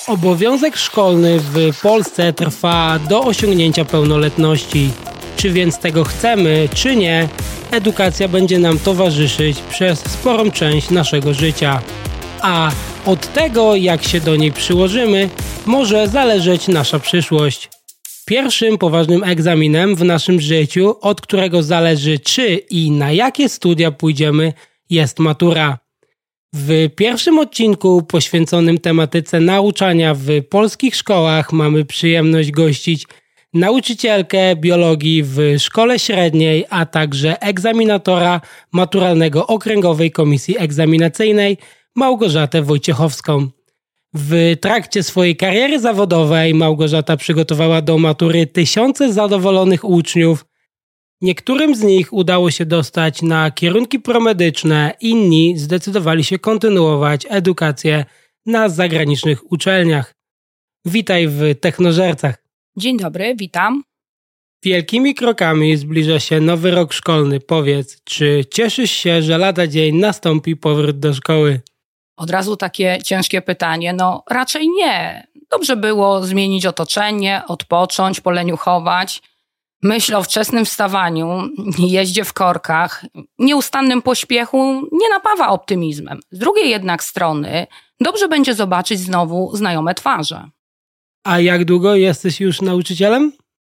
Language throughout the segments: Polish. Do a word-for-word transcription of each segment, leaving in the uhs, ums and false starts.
Obowiązek szkolny w Polsce trwa do osiągnięcia pełnoletności. Czy więc tego chcemy, czy nie, edukacja będzie nam towarzyszyć przez sporą część naszego życia. A od tego, jak się do niej przyłożymy, może zależeć nasza przyszłość. Pierwszym poważnym egzaminem w naszym życiu, od którego zależy, czy i na jakie studia pójdziemy, jest matura. W pierwszym odcinku poświęconym tematyce nauczania w polskich szkołach mamy przyjemność gościć nauczycielkę biologii w szkole średniej, a także egzaminatora maturalnego Okręgowej Komisji Egzaminacyjnej Małgorzatę Wojciechowską. W trakcie swojej kariery zawodowej Małgorzata przygotowała do matury tysiące zadowolonych uczniów. Niektórym z nich udało się dostać na kierunki promedyczne, inni zdecydowali się kontynuować edukację na zagranicznych uczelniach. Witaj w Technożercach. Dzień dobry, witam. Wielkimi krokami zbliża się nowy rok szkolny. Powiedz, czy cieszysz się, że lada dzień nastąpi powrót do szkoły? Od razu takie ciężkie pytanie. No raczej nie. Dobrze było zmienić otoczenie, odpocząć, poleniuchować. Myśl o wczesnym wstawaniu, jeździe w korkach, nieustannym pośpiechu nie napawa optymizmem. Z drugiej jednak strony dobrze będzie zobaczyć znowu znajome twarze. A jak długo jesteś już nauczycielem?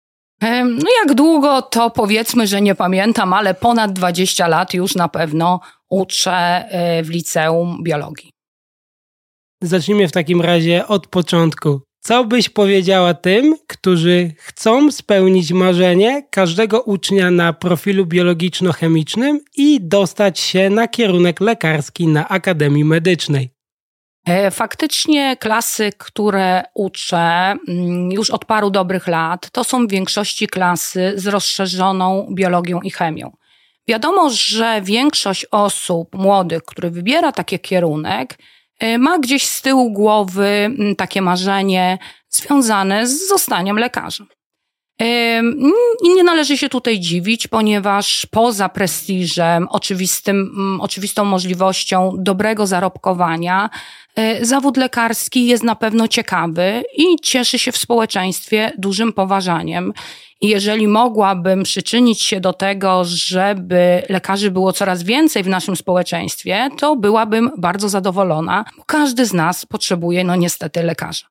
No jak długo, to powiedzmy, że nie pamiętam, ale ponad dwadzieścia lat już na pewno uczę w liceum biologii. Zacznijmy w takim razie od początku. Co byś powiedziała tym, którzy chcą spełnić marzenie każdego ucznia na profilu biologiczno-chemicznym i dostać się na kierunek lekarski na Akademii Medycznej? Faktycznie klasy, które uczę już od paru dobrych lat, to są w większości klasy z rozszerzoną biologią i chemią. Wiadomo, że większość osób młodych, które wybiera taki kierunek, ma gdzieś z tyłu głowy takie marzenie związane z zostaniem lekarzem. I nie należy się tutaj dziwić, ponieważ poza prestiżem, oczywistym, oczywistą możliwością dobrego zarobkowania, zawód lekarski jest na pewno ciekawy i cieszy się w społeczeństwie dużym poważaniem. I jeżeli mogłabym przyczynić się do tego, żeby lekarzy było coraz więcej w naszym społeczeństwie, to byłabym bardzo zadowolona, bo każdy z nas potrzebuje, no niestety, lekarza.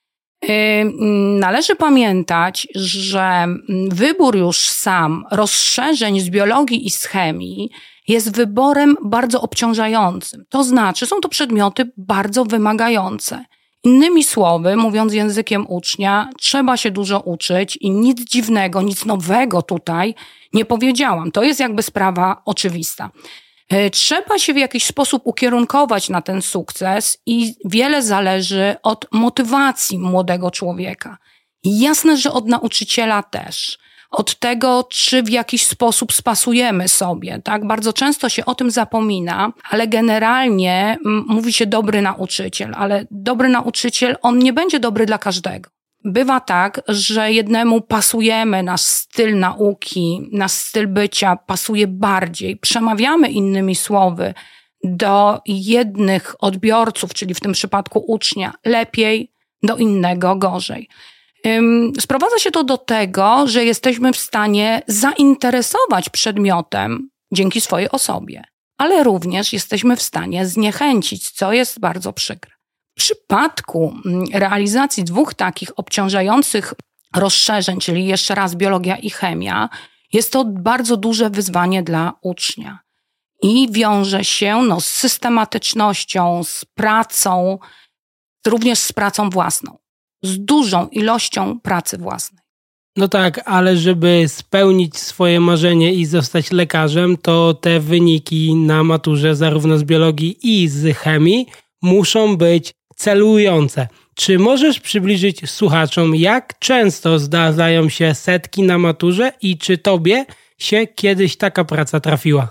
Należy pamiętać, że wybór już sam rozszerzeń z biologii i z chemii jest wyborem bardzo obciążającym. To znaczy, są to przedmioty bardzo wymagające. Innymi słowy, mówiąc językiem ucznia, trzeba się dużo uczyć i nic dziwnego, nic nowego tutaj nie powiedziałam. To jest jakby sprawa oczywista. Trzeba się w jakiś sposób ukierunkować na ten sukces i wiele zależy od motywacji młodego człowieka. I jasne, że od nauczyciela też. Od tego, czy w jakiś sposób spasujemy sobie. Tak? Bardzo często się o tym zapomina, ale generalnie m, mówi się dobry nauczyciel, ale dobry nauczyciel, on nie będzie dobry dla każdego. Bywa tak, że jednemu pasujemy, nasz styl nauki, nasz styl bycia pasuje bardziej. Przemawiamy innymi słowy do jednych odbiorców, czyli w tym przypadku ucznia, lepiej, do innego gorzej. Sprowadza się to do tego, że jesteśmy w stanie zainteresować przedmiotem dzięki swojej osobie, ale również jesteśmy w stanie zniechęcić, co jest bardzo przykre. W przypadku realizacji dwóch takich obciążających rozszerzeń, czyli jeszcze raz biologia i chemia, jest to bardzo duże wyzwanie dla ucznia i wiąże się no, z systematycznością, z pracą, również z pracą własną. Z dużą ilością pracy własnej. No tak, ale żeby spełnić swoje marzenie i zostać lekarzem, to te wyniki na maturze zarówno z biologii i z chemii muszą być celujące. Czy możesz przybliżyć słuchaczom, jak często zdarzają się setki na maturze i czy tobie się kiedyś taka praca trafiła?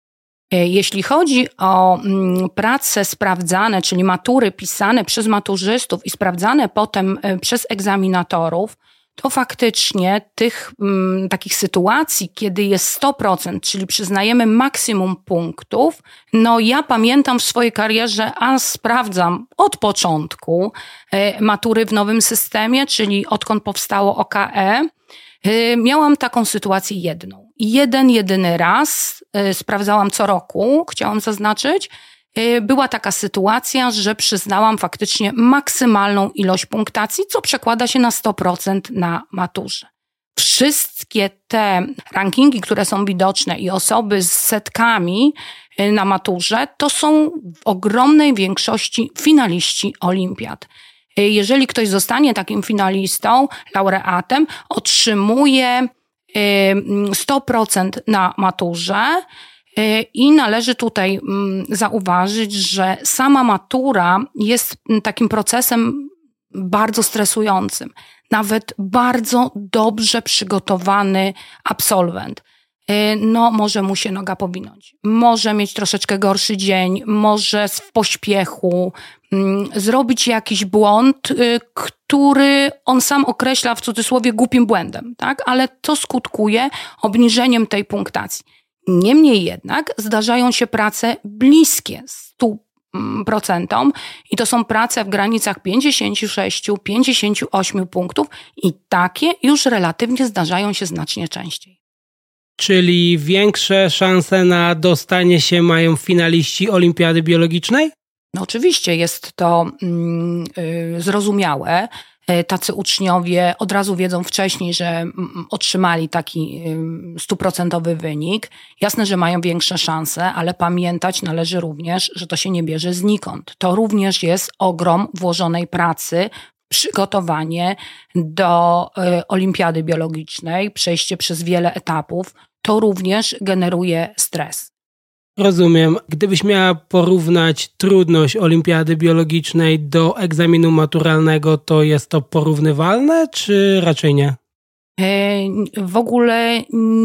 Jeśli chodzi o prace sprawdzane, czyli matury pisane przez maturzystów i sprawdzane potem przez egzaminatorów, to faktycznie tych m, takich sytuacji, kiedy jest sto procent, czyli przyznajemy maksimum punktów, no ja pamiętam w swojej karierze, a sprawdzam od początku y, matury w nowym systemie, czyli odkąd powstało O K E, y, miałam taką sytuację jedną. Jeden, jedyny raz, y, sprawdzałam co roku, chciałam zaznaczyć, była taka sytuacja, że przyznałam faktycznie maksymalną ilość punktacji, co przekłada się na sto procent na maturze. Wszystkie te rankingi, które są widoczne i osoby z setkami na maturze, to są w ogromnej większości finaliści olimpiad. Jeżeli ktoś zostanie takim finalistą, laureatem, otrzymuje sto procent na maturze. I należy tutaj zauważyć, że sama matura jest takim procesem bardzo stresującym. Nawet bardzo dobrze przygotowany absolwent, no może mu się noga powinąć. Może mieć troszeczkę gorszy dzień, może w pośpiechu zrobić jakiś błąd, który on sam określa w cudzysłowie głupim błędem, tak? Ale to skutkuje obniżeniem tej punktacji. Niemniej jednak zdarzają się prace bliskie stu procentom i to są prace w granicach pięćdziesiąt sześć do pięćdziesięciu ośmiu punktów i takie już relatywnie zdarzają się znacznie częściej. Czyli większe szanse na dostanie się mają finaliści Olimpiady Biologicznej? No oczywiście jest to mm, y, zrozumiałe. Tacy uczniowie od razu wiedzą wcześniej, że otrzymali taki stuprocentowy wynik. Jasne, że mają większe szanse, ale pamiętać należy również, że to się nie bierze znikąd. To również jest ogrom włożonej pracy, przygotowanie do olimpiady biologicznej, przejście przez wiele etapów. To również generuje stres. Rozumiem. Gdybyś miała porównać trudność Olimpiady Biologicznej do egzaminu maturalnego, to jest to porównywalne, czy raczej nie? W ogóle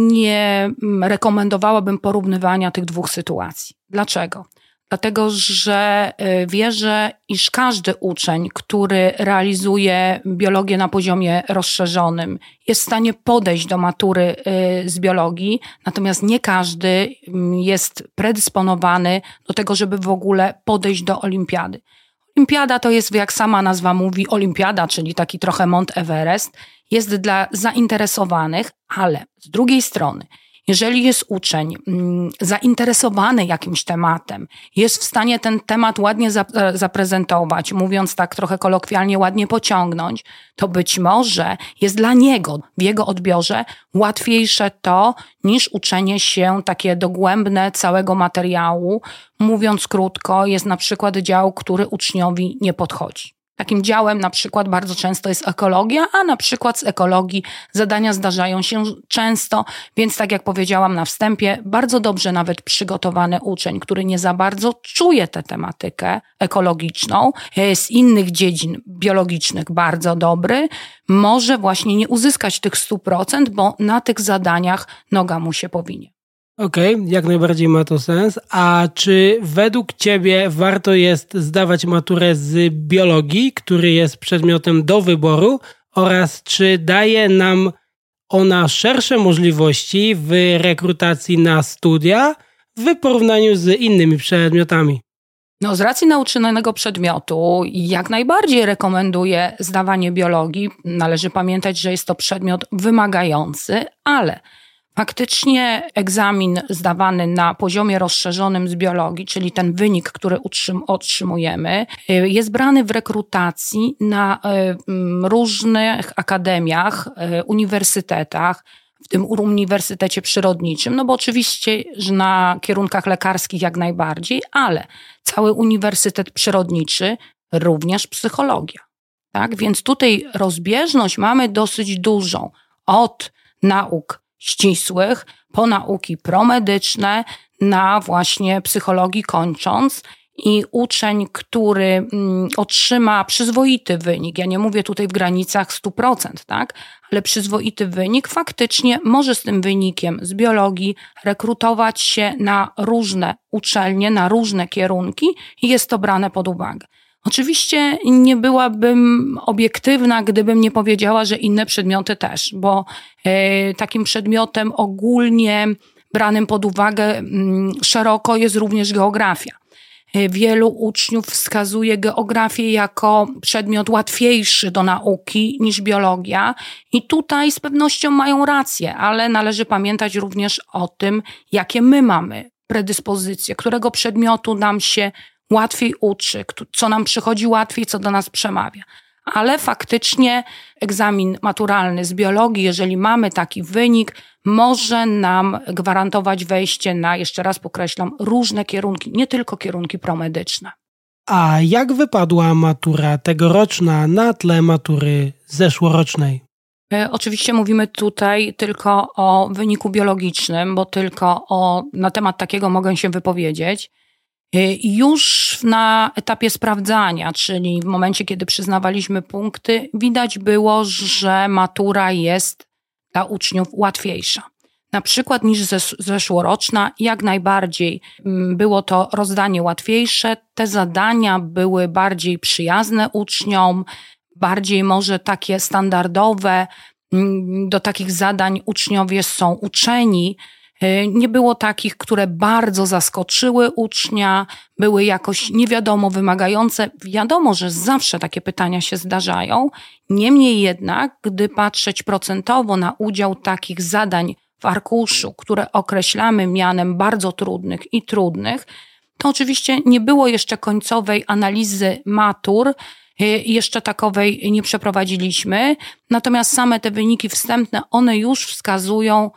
nie rekomendowałabym porównywania tych dwóch sytuacji. Dlaczego? Dlatego, że wierzę, iż każdy uczeń, który realizuje biologię na poziomie rozszerzonym, jest w stanie podejść do matury z biologii, natomiast nie każdy jest predysponowany do tego, żeby w ogóle podejść do olimpiady. Olimpiada to jest, jak sama nazwa mówi, olimpiada, czyli taki trochę Mount Everest, jest dla zainteresowanych, ale z drugiej strony, jeżeli jest uczeń mm, zainteresowany jakimś tematem, jest w stanie ten temat ładnie zap- zaprezentować, mówiąc tak trochę kolokwialnie, ładnie pociągnąć, to być może jest dla niego, w jego odbiorze łatwiejsze to niż uczenie się takie dogłębne całego materiału. Mówiąc krótko, jest na przykład dział, który uczniowi nie podchodzi. Takim działem na przykład bardzo często jest ekologia, a na przykład z ekologii zadania zdarzają się często, więc tak jak powiedziałam na wstępie, bardzo dobrze nawet przygotowany uczeń, który nie za bardzo czuje tę tematykę ekologiczną, z innych dziedzin biologicznych bardzo dobry, może właśnie nie uzyskać tych stu procent, bo na tych zadaniach noga mu się powinie. Okej, okay, jak najbardziej ma to sens. A czy według Ciebie warto jest zdawać maturę z biologii, który jest przedmiotem do wyboru, oraz czy daje nam ona szersze możliwości w rekrutacji na studia w porównaniu z innymi przedmiotami? No, z racji nauczonego przedmiotu jak najbardziej rekomenduję zdawanie biologii. Należy pamiętać, że jest to przedmiot wymagający, ale faktycznie egzamin zdawany na poziomie rozszerzonym z biologii, czyli ten wynik, który utrzym- otrzymujemy, jest brany w rekrutacji na y, różnych akademiach, y, uniwersytetach, w tym Uniwersytecie Przyrodniczym, no bo oczywiście że na kierunkach lekarskich jak najbardziej, ale cały Uniwersytet Przyrodniczy, również psychologia. Tak? Więc tutaj rozbieżność mamy dosyć dużą od nauk ścisłych, po nauki promedyczne, na właśnie psychologii kończąc i uczeń, który mm, otrzyma przyzwoity wynik, ja nie mówię tutaj w granicach stu procent, tak, ale przyzwoity wynik, faktycznie może z tym wynikiem z biologii rekrutować się na różne uczelnie, na różne kierunki i jest to brane pod uwagę. Oczywiście nie byłabym obiektywna, gdybym nie powiedziała, że inne przedmioty też, bo y, takim przedmiotem ogólnie branym pod uwagę y, szeroko jest również geografia. Y, wielu uczniów wskazuje geografię jako przedmiot łatwiejszy do nauki niż biologia i tutaj z pewnością mają rację, ale należy pamiętać również o tym, jakie my mamy predyspozycje, którego przedmiotu nam się łatwiej uczy, co nam przychodzi łatwiej, co do nas przemawia. Ale faktycznie egzamin maturalny z biologii, jeżeli mamy taki wynik, może nam gwarantować wejście na, jeszcze raz podkreślam, różne kierunki, nie tylko kierunki promedyczne. A jak wypadła matura tegoroczna na tle matury zeszłorocznej? Oczywiście mówimy tutaj tylko o wyniku biologicznym, bo tylko o, na temat takiego mogę się wypowiedzieć. Już na etapie sprawdzania, czyli w momencie, kiedy przyznawaliśmy punkty, widać było, że matura jest dla uczniów łatwiejsza. Na przykład niż zeszłoroczna, jak najbardziej było to rozdanie łatwiejsze. Te zadania były bardziej przyjazne uczniom, bardziej może takie standardowe. Do takich zadań uczniowie są uczeni. Nie było takich, które bardzo zaskoczyły ucznia, były jakoś nie wiadomo wymagające. Wiadomo, że zawsze takie pytania się zdarzają. Niemniej jednak, gdy patrzeć procentowo na udział takich zadań w arkuszu, które określamy mianem bardzo trudnych i trudnych, to oczywiście nie było jeszcze końcowej analizy matur, jeszcze takowej nie przeprowadziliśmy. Natomiast same te wyniki wstępne, one już wskazują,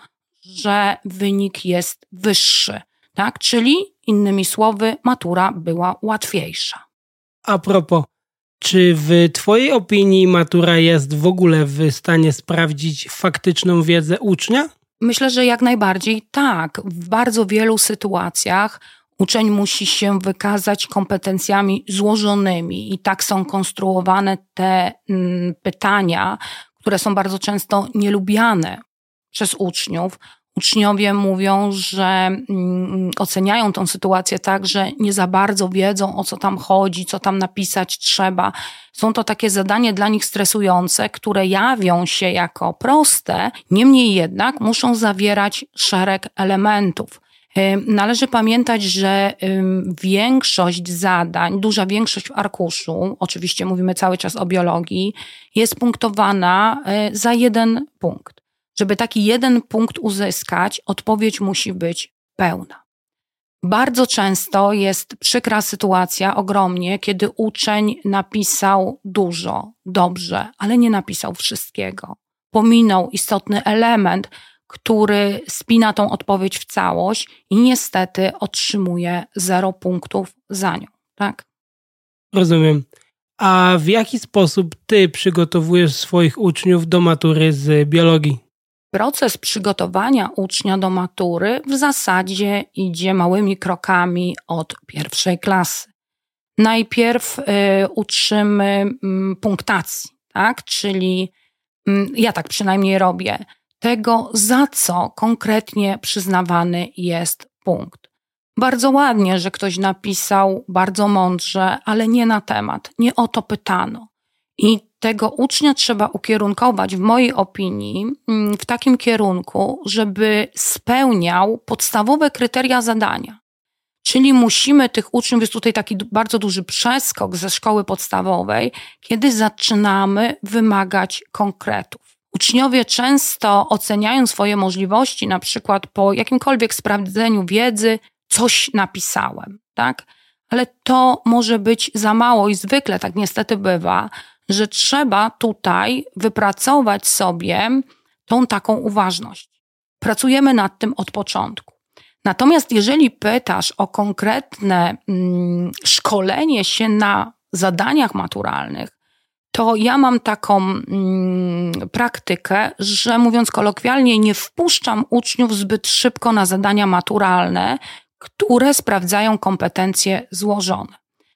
że wynik jest wyższy, tak? Czyli innymi słowy matura była łatwiejsza. A propos, czy w twojej opinii matura jest w ogóle w stanie sprawdzić faktyczną wiedzę ucznia? Myślę, że jak najbardziej tak. W bardzo wielu sytuacjach uczeń musi się wykazać kompetencjami złożonymi i tak są konstruowane te mm, pytania, które są bardzo często nielubiane przez uczniów. Uczniowie mówią, że mm, oceniają tę sytuację tak, że nie za bardzo wiedzą, o co tam chodzi, co tam napisać trzeba. Są to takie zadania dla nich stresujące, które jawią się jako proste, niemniej jednak muszą zawierać szereg elementów. Należy pamiętać, że większość zadań, duża większość w arkuszu, oczywiście mówimy cały czas o biologii, jest punktowana za jeden punkt. Żeby taki jeden punkt uzyskać, odpowiedź musi być pełna. Bardzo często jest przykra sytuacja, ogromnie, kiedy uczeń napisał dużo, dobrze, ale nie napisał wszystkiego. Pominął istotny element, który spina tą odpowiedź w całość i niestety otrzymuje zero punktów za nią, tak? Rozumiem. A w jaki sposób ty przygotowujesz swoich uczniów do matury z biologii? Proces przygotowania ucznia do matury w zasadzie idzie małymi krokami od pierwszej klasy. Najpierw y, uczymy y, punktacji, tak? Czyli y, ja tak przynajmniej robię, tego, za co konkretnie przyznawany jest punkt. Bardzo ładnie, że ktoś napisał bardzo mądrze, ale nie na temat, nie o to pytano. I tego ucznia trzeba ukierunkować, w mojej opinii, w takim kierunku, żeby spełniał podstawowe kryteria zadania. Czyli musimy tych uczniów, jest tutaj taki bardzo duży przeskok ze szkoły podstawowej, kiedy zaczynamy wymagać konkretów. Uczniowie często oceniają swoje możliwości, na przykład po jakimkolwiek sprawdzeniu wiedzy, coś napisałem, tak? Ale to może być za mało i zwykle tak niestety bywa, że trzeba tutaj wypracować sobie tą taką uważność. Pracujemy nad tym od początku. Natomiast jeżeli pytasz o konkretne mm, szkolenie się na zadaniach maturalnych, to ja mam taką mm, praktykę, że mówiąc kolokwialnie, nie wpuszczam uczniów zbyt szybko na zadania maturalne, które sprawdzają kompetencje złożone.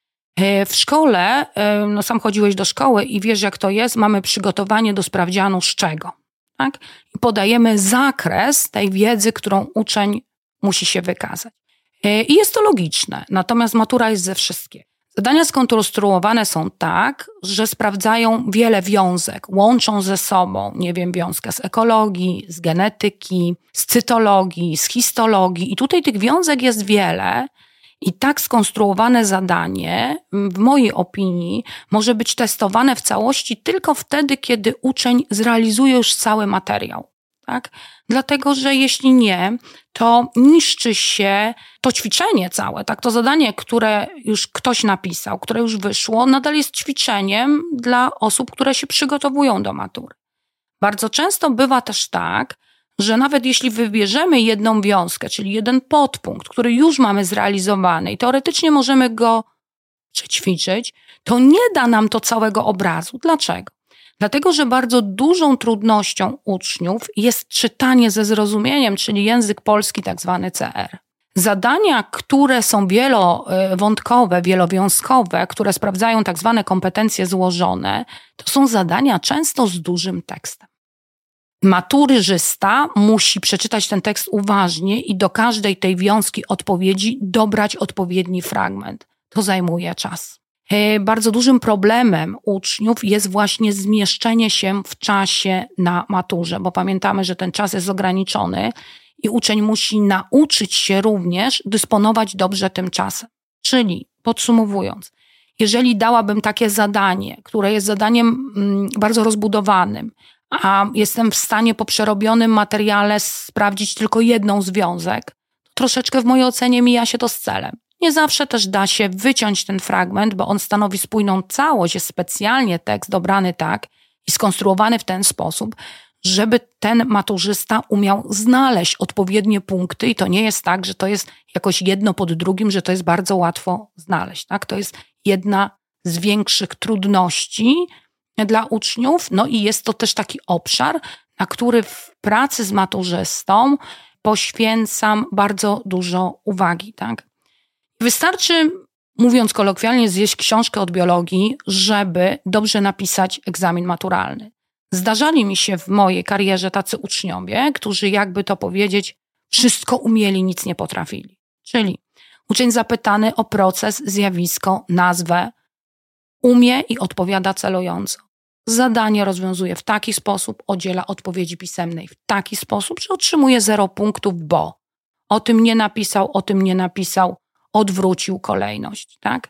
W szkole, no sam chodziłeś do szkoły i wiesz jak to jest, mamy przygotowanie do sprawdzianu z czego, tak? I podajemy zakres tej wiedzy, którą uczeń musi się wykazać. I jest to logiczne, natomiast matura jest ze wszystkiego. Zadania skonstruowane są tak, że sprawdzają wiele wiązek, łączą ze sobą, nie wiem, wiązkę z ekologii, z genetyki, z cytologii, z histologii i tutaj tych wiązek jest wiele i tak skonstruowane zadanie, w mojej opinii, może być testowane w całości tylko wtedy, kiedy uczeń zrealizuje już cały materiał. Tak? Dlatego, że jeśli nie, to niszczy się to ćwiczenie całe. Tak? To zadanie, które już ktoś napisał, które już wyszło, nadal jest ćwiczeniem dla osób, które się przygotowują do matury. Bardzo często bywa też tak, że nawet jeśli wybierzemy jedną wiązkę, czyli jeden podpunkt, który już mamy zrealizowany i teoretycznie możemy go przećwiczyć, to nie da nam to całego obrazu. Dlaczego? Dlatego, że bardzo dużą trudnością uczniów jest czytanie ze zrozumieniem, czyli język polski, tak zwany C R. Zadania, które są wielowątkowe, wielowiązkowe, które sprawdzają tak zwane kompetencje złożone, to są zadania często z dużym tekstem. Maturzysta musi przeczytać ten tekst uważnie i do każdej tej wiązki odpowiedzi dobrać odpowiedni fragment. To zajmuje czas. Bardzo dużym problemem uczniów jest właśnie zmieszczenie się w czasie na maturze, bo pamiętamy, że ten czas jest ograniczony i uczeń musi nauczyć się również dysponować dobrze tym czasem. Czyli podsumowując, jeżeli dałabym takie zadanie, które jest zadaniem bardzo rozbudowanym, a jestem w stanie po przerobionym materiale sprawdzić tylko jedną związek, to troszeczkę w mojej ocenie mija się to z celem. Nie zawsze też da się wyciąć ten fragment, bo on stanowi spójną całość, jest specjalnie tekst dobrany tak i skonstruowany w ten sposób, żeby ten maturzysta umiał znaleźć odpowiednie punkty i to nie jest tak, że to jest jakoś jedno pod drugim, że to jest bardzo łatwo znaleźć. Tak? To jest jedna z większych trudności dla uczniów, no i jest to też taki obszar, na który w pracy z maturzystą poświęcam bardzo dużo uwagi. Tak? Wystarczy, mówiąc kolokwialnie, zjeść książkę od biologii, żeby dobrze napisać egzamin maturalny. Zdarzali mi się w mojej karierze tacy uczniowie, którzy, jakby to powiedzieć, wszystko umieli, nic nie potrafili. Czyli uczeń zapytany o proces, zjawisko, nazwę, umie i odpowiada celująco. Zadanie rozwiązuje w taki sposób, udziela odpowiedzi pisemnej w taki sposób, że otrzymuje zero punktów, bo o tym nie napisał, o tym nie napisał, odwrócił kolejność. Tak?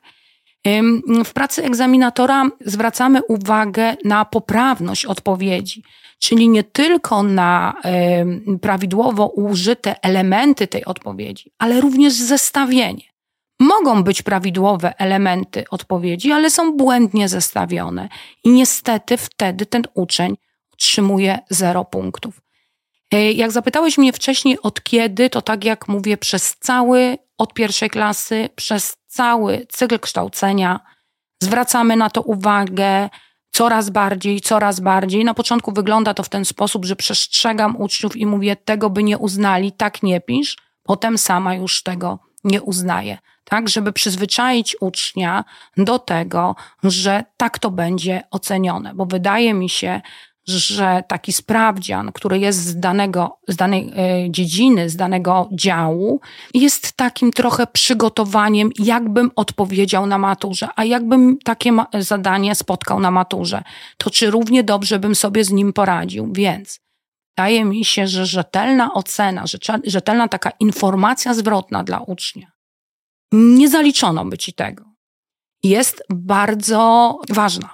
W pracy egzaminatora zwracamy uwagę na poprawność odpowiedzi, czyli nie tylko na prawidłowo użyte elementy tej odpowiedzi, ale również zestawienie. Mogą być prawidłowe elementy odpowiedzi, ale są błędnie zestawione i niestety wtedy ten uczeń otrzymuje zero punktów. Jak zapytałeś mnie wcześniej od kiedy, to tak jak mówię, przez cały, od pierwszej klasy, przez cały cykl kształcenia zwracamy na to uwagę coraz bardziej, coraz bardziej. Na początku wygląda to w ten sposób, że przestrzegam uczniów i mówię, tego by nie uznali, tak nie pisz, potem sama już tego nie uznaję. Tak, żeby przyzwyczaić ucznia do tego, że tak to będzie ocenione, bo wydaje mi się, że taki sprawdzian, który jest z danego, z danej y, dziedziny, z danego działu, jest takim trochę przygotowaniem, jakbym odpowiedział na maturze, a jakbym takie ma- zadanie spotkał na maturze, to czy równie dobrze bym sobie z nim poradził. Więc wydaje mi się, że rzetelna ocena, rzetelna taka informacja zwrotna dla ucznia, nie zaliczono by ci tego, jest bardzo ważna.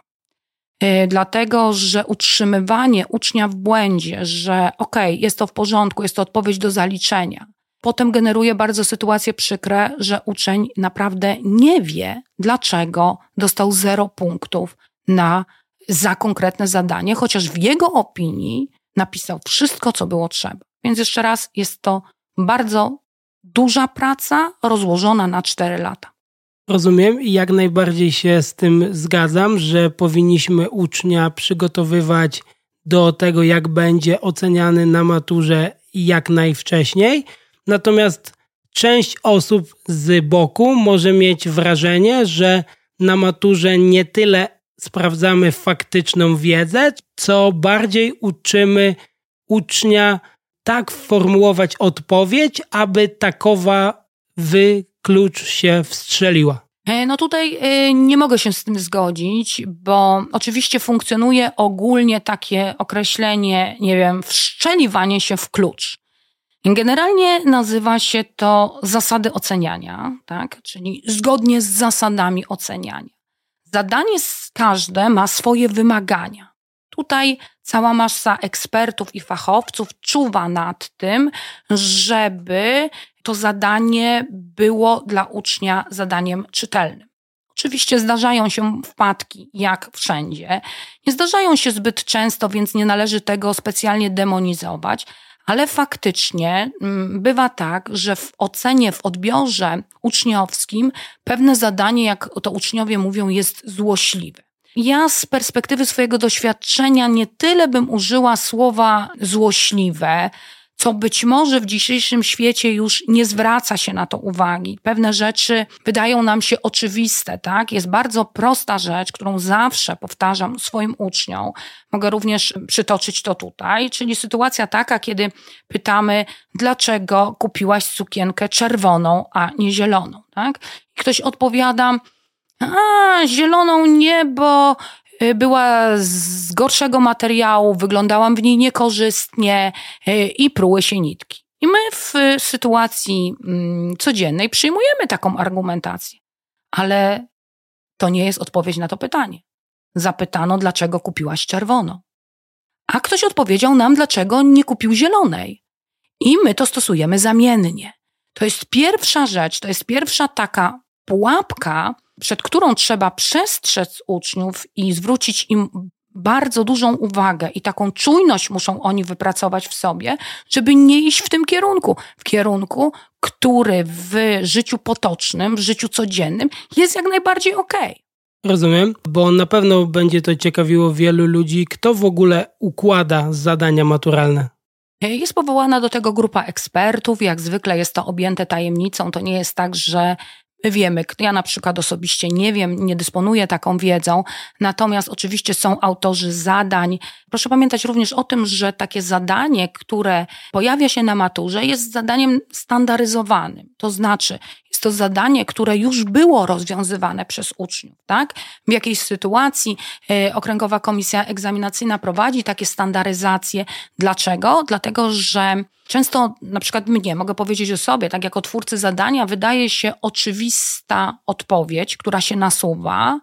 Dlatego, że utrzymywanie ucznia w błędzie, że okej, okay, jest to w porządku, jest to odpowiedź do zaliczenia, potem generuje bardzo sytuacje przykre, że uczeń naprawdę nie wie, dlaczego dostał zero punktów na, za konkretne zadanie, chociaż w jego opinii napisał wszystko, co było trzeba. Więc jeszcze raz, jest to bardzo duża praca rozłożona na cztery lata. Rozumiem i jak najbardziej się z tym zgadzam, że powinniśmy ucznia przygotowywać do tego, jak będzie oceniany na maturze jak najwcześniej. Natomiast część osób z boku może mieć wrażenie, że na maturze nie tyle sprawdzamy faktyczną wiedzę, co bardziej uczymy ucznia tak formułować odpowiedź, aby takowa wyklucz się wstrzeliła. No tutaj nie mogę się z tym zgodzić, bo oczywiście funkcjonuje ogólnie takie określenie, nie wiem, wszczeliwanie się w klucz. Generalnie nazywa się to zasady oceniania, tak? Czyli zgodnie z zasadami oceniania. Zadanie każde ma swoje wymagania. Tutaj cała masa ekspertów i fachowców czuwa nad tym, żeby to zadanie było dla ucznia zadaniem czytelnym. Oczywiście zdarzają się wpadki, jak wszędzie. Nie zdarzają się zbyt często, więc nie należy tego specjalnie demonizować, ale faktycznie bywa tak, że w ocenie, w odbiorze uczniowskim pewne zadanie, jak to uczniowie mówią, jest złośliwe. Ja z perspektywy swojego doświadczenia nie tyle bym użyła słowa złośliwe, co być może w dzisiejszym świecie już nie zwraca się na to uwagi. Pewne rzeczy wydają nam się oczywiste, tak? Jest bardzo prosta rzecz, którą zawsze powtarzam swoim uczniom. Mogę również przytoczyć to tutaj, czyli sytuacja taka, kiedy pytamy, dlaczego kupiłaś sukienkę czerwoną, a nie zieloną, tak? I ktoś odpowiada, a zieloną nie, bo była z gorszego materiału, wyglądałam w niej niekorzystnie i pruły się nitki. I my w sytuacji codziennej przyjmujemy taką argumentację. Ale to nie jest odpowiedź na to pytanie. Zapytano, dlaczego kupiłaś czerwoną. A ktoś odpowiedział nam, dlaczego nie kupił zielonej. I my to stosujemy zamiennie. To jest pierwsza rzecz, to jest pierwsza taka pułapka, przed którą trzeba przestrzec uczniów i zwrócić im bardzo dużą uwagę i taką czujność muszą oni wypracować w sobie, żeby nie iść w tym kierunku. W kierunku, który w życiu potocznym, w życiu codziennym jest jak najbardziej okej. Rozumiem, bo na pewno będzie to ciekawiło wielu ludzi, kto w ogóle układa zadania maturalne. Jest powołana do tego grupa ekspertów, jak zwykle jest to objęte tajemnicą. To nie jest tak, że my wiemy, ja na przykład osobiście nie wiem, nie dysponuję taką wiedzą, natomiast oczywiście są autorzy zadań. Proszę pamiętać również o tym, że takie zadanie, które pojawia się na maturze, jest zadaniem standaryzowanym. To znaczy, jest to zadanie, które już było rozwiązywane przez uczniów, tak? W jakiejś sytuacji y, Okręgowa Komisja Egzaminacyjna prowadzi takie standaryzacje. Dlaczego? Dlatego, że często, na przykład mnie, mogę powiedzieć o sobie, tak jako twórcy zadania, wydaje się oczywista odpowiedź, która się nasuwa,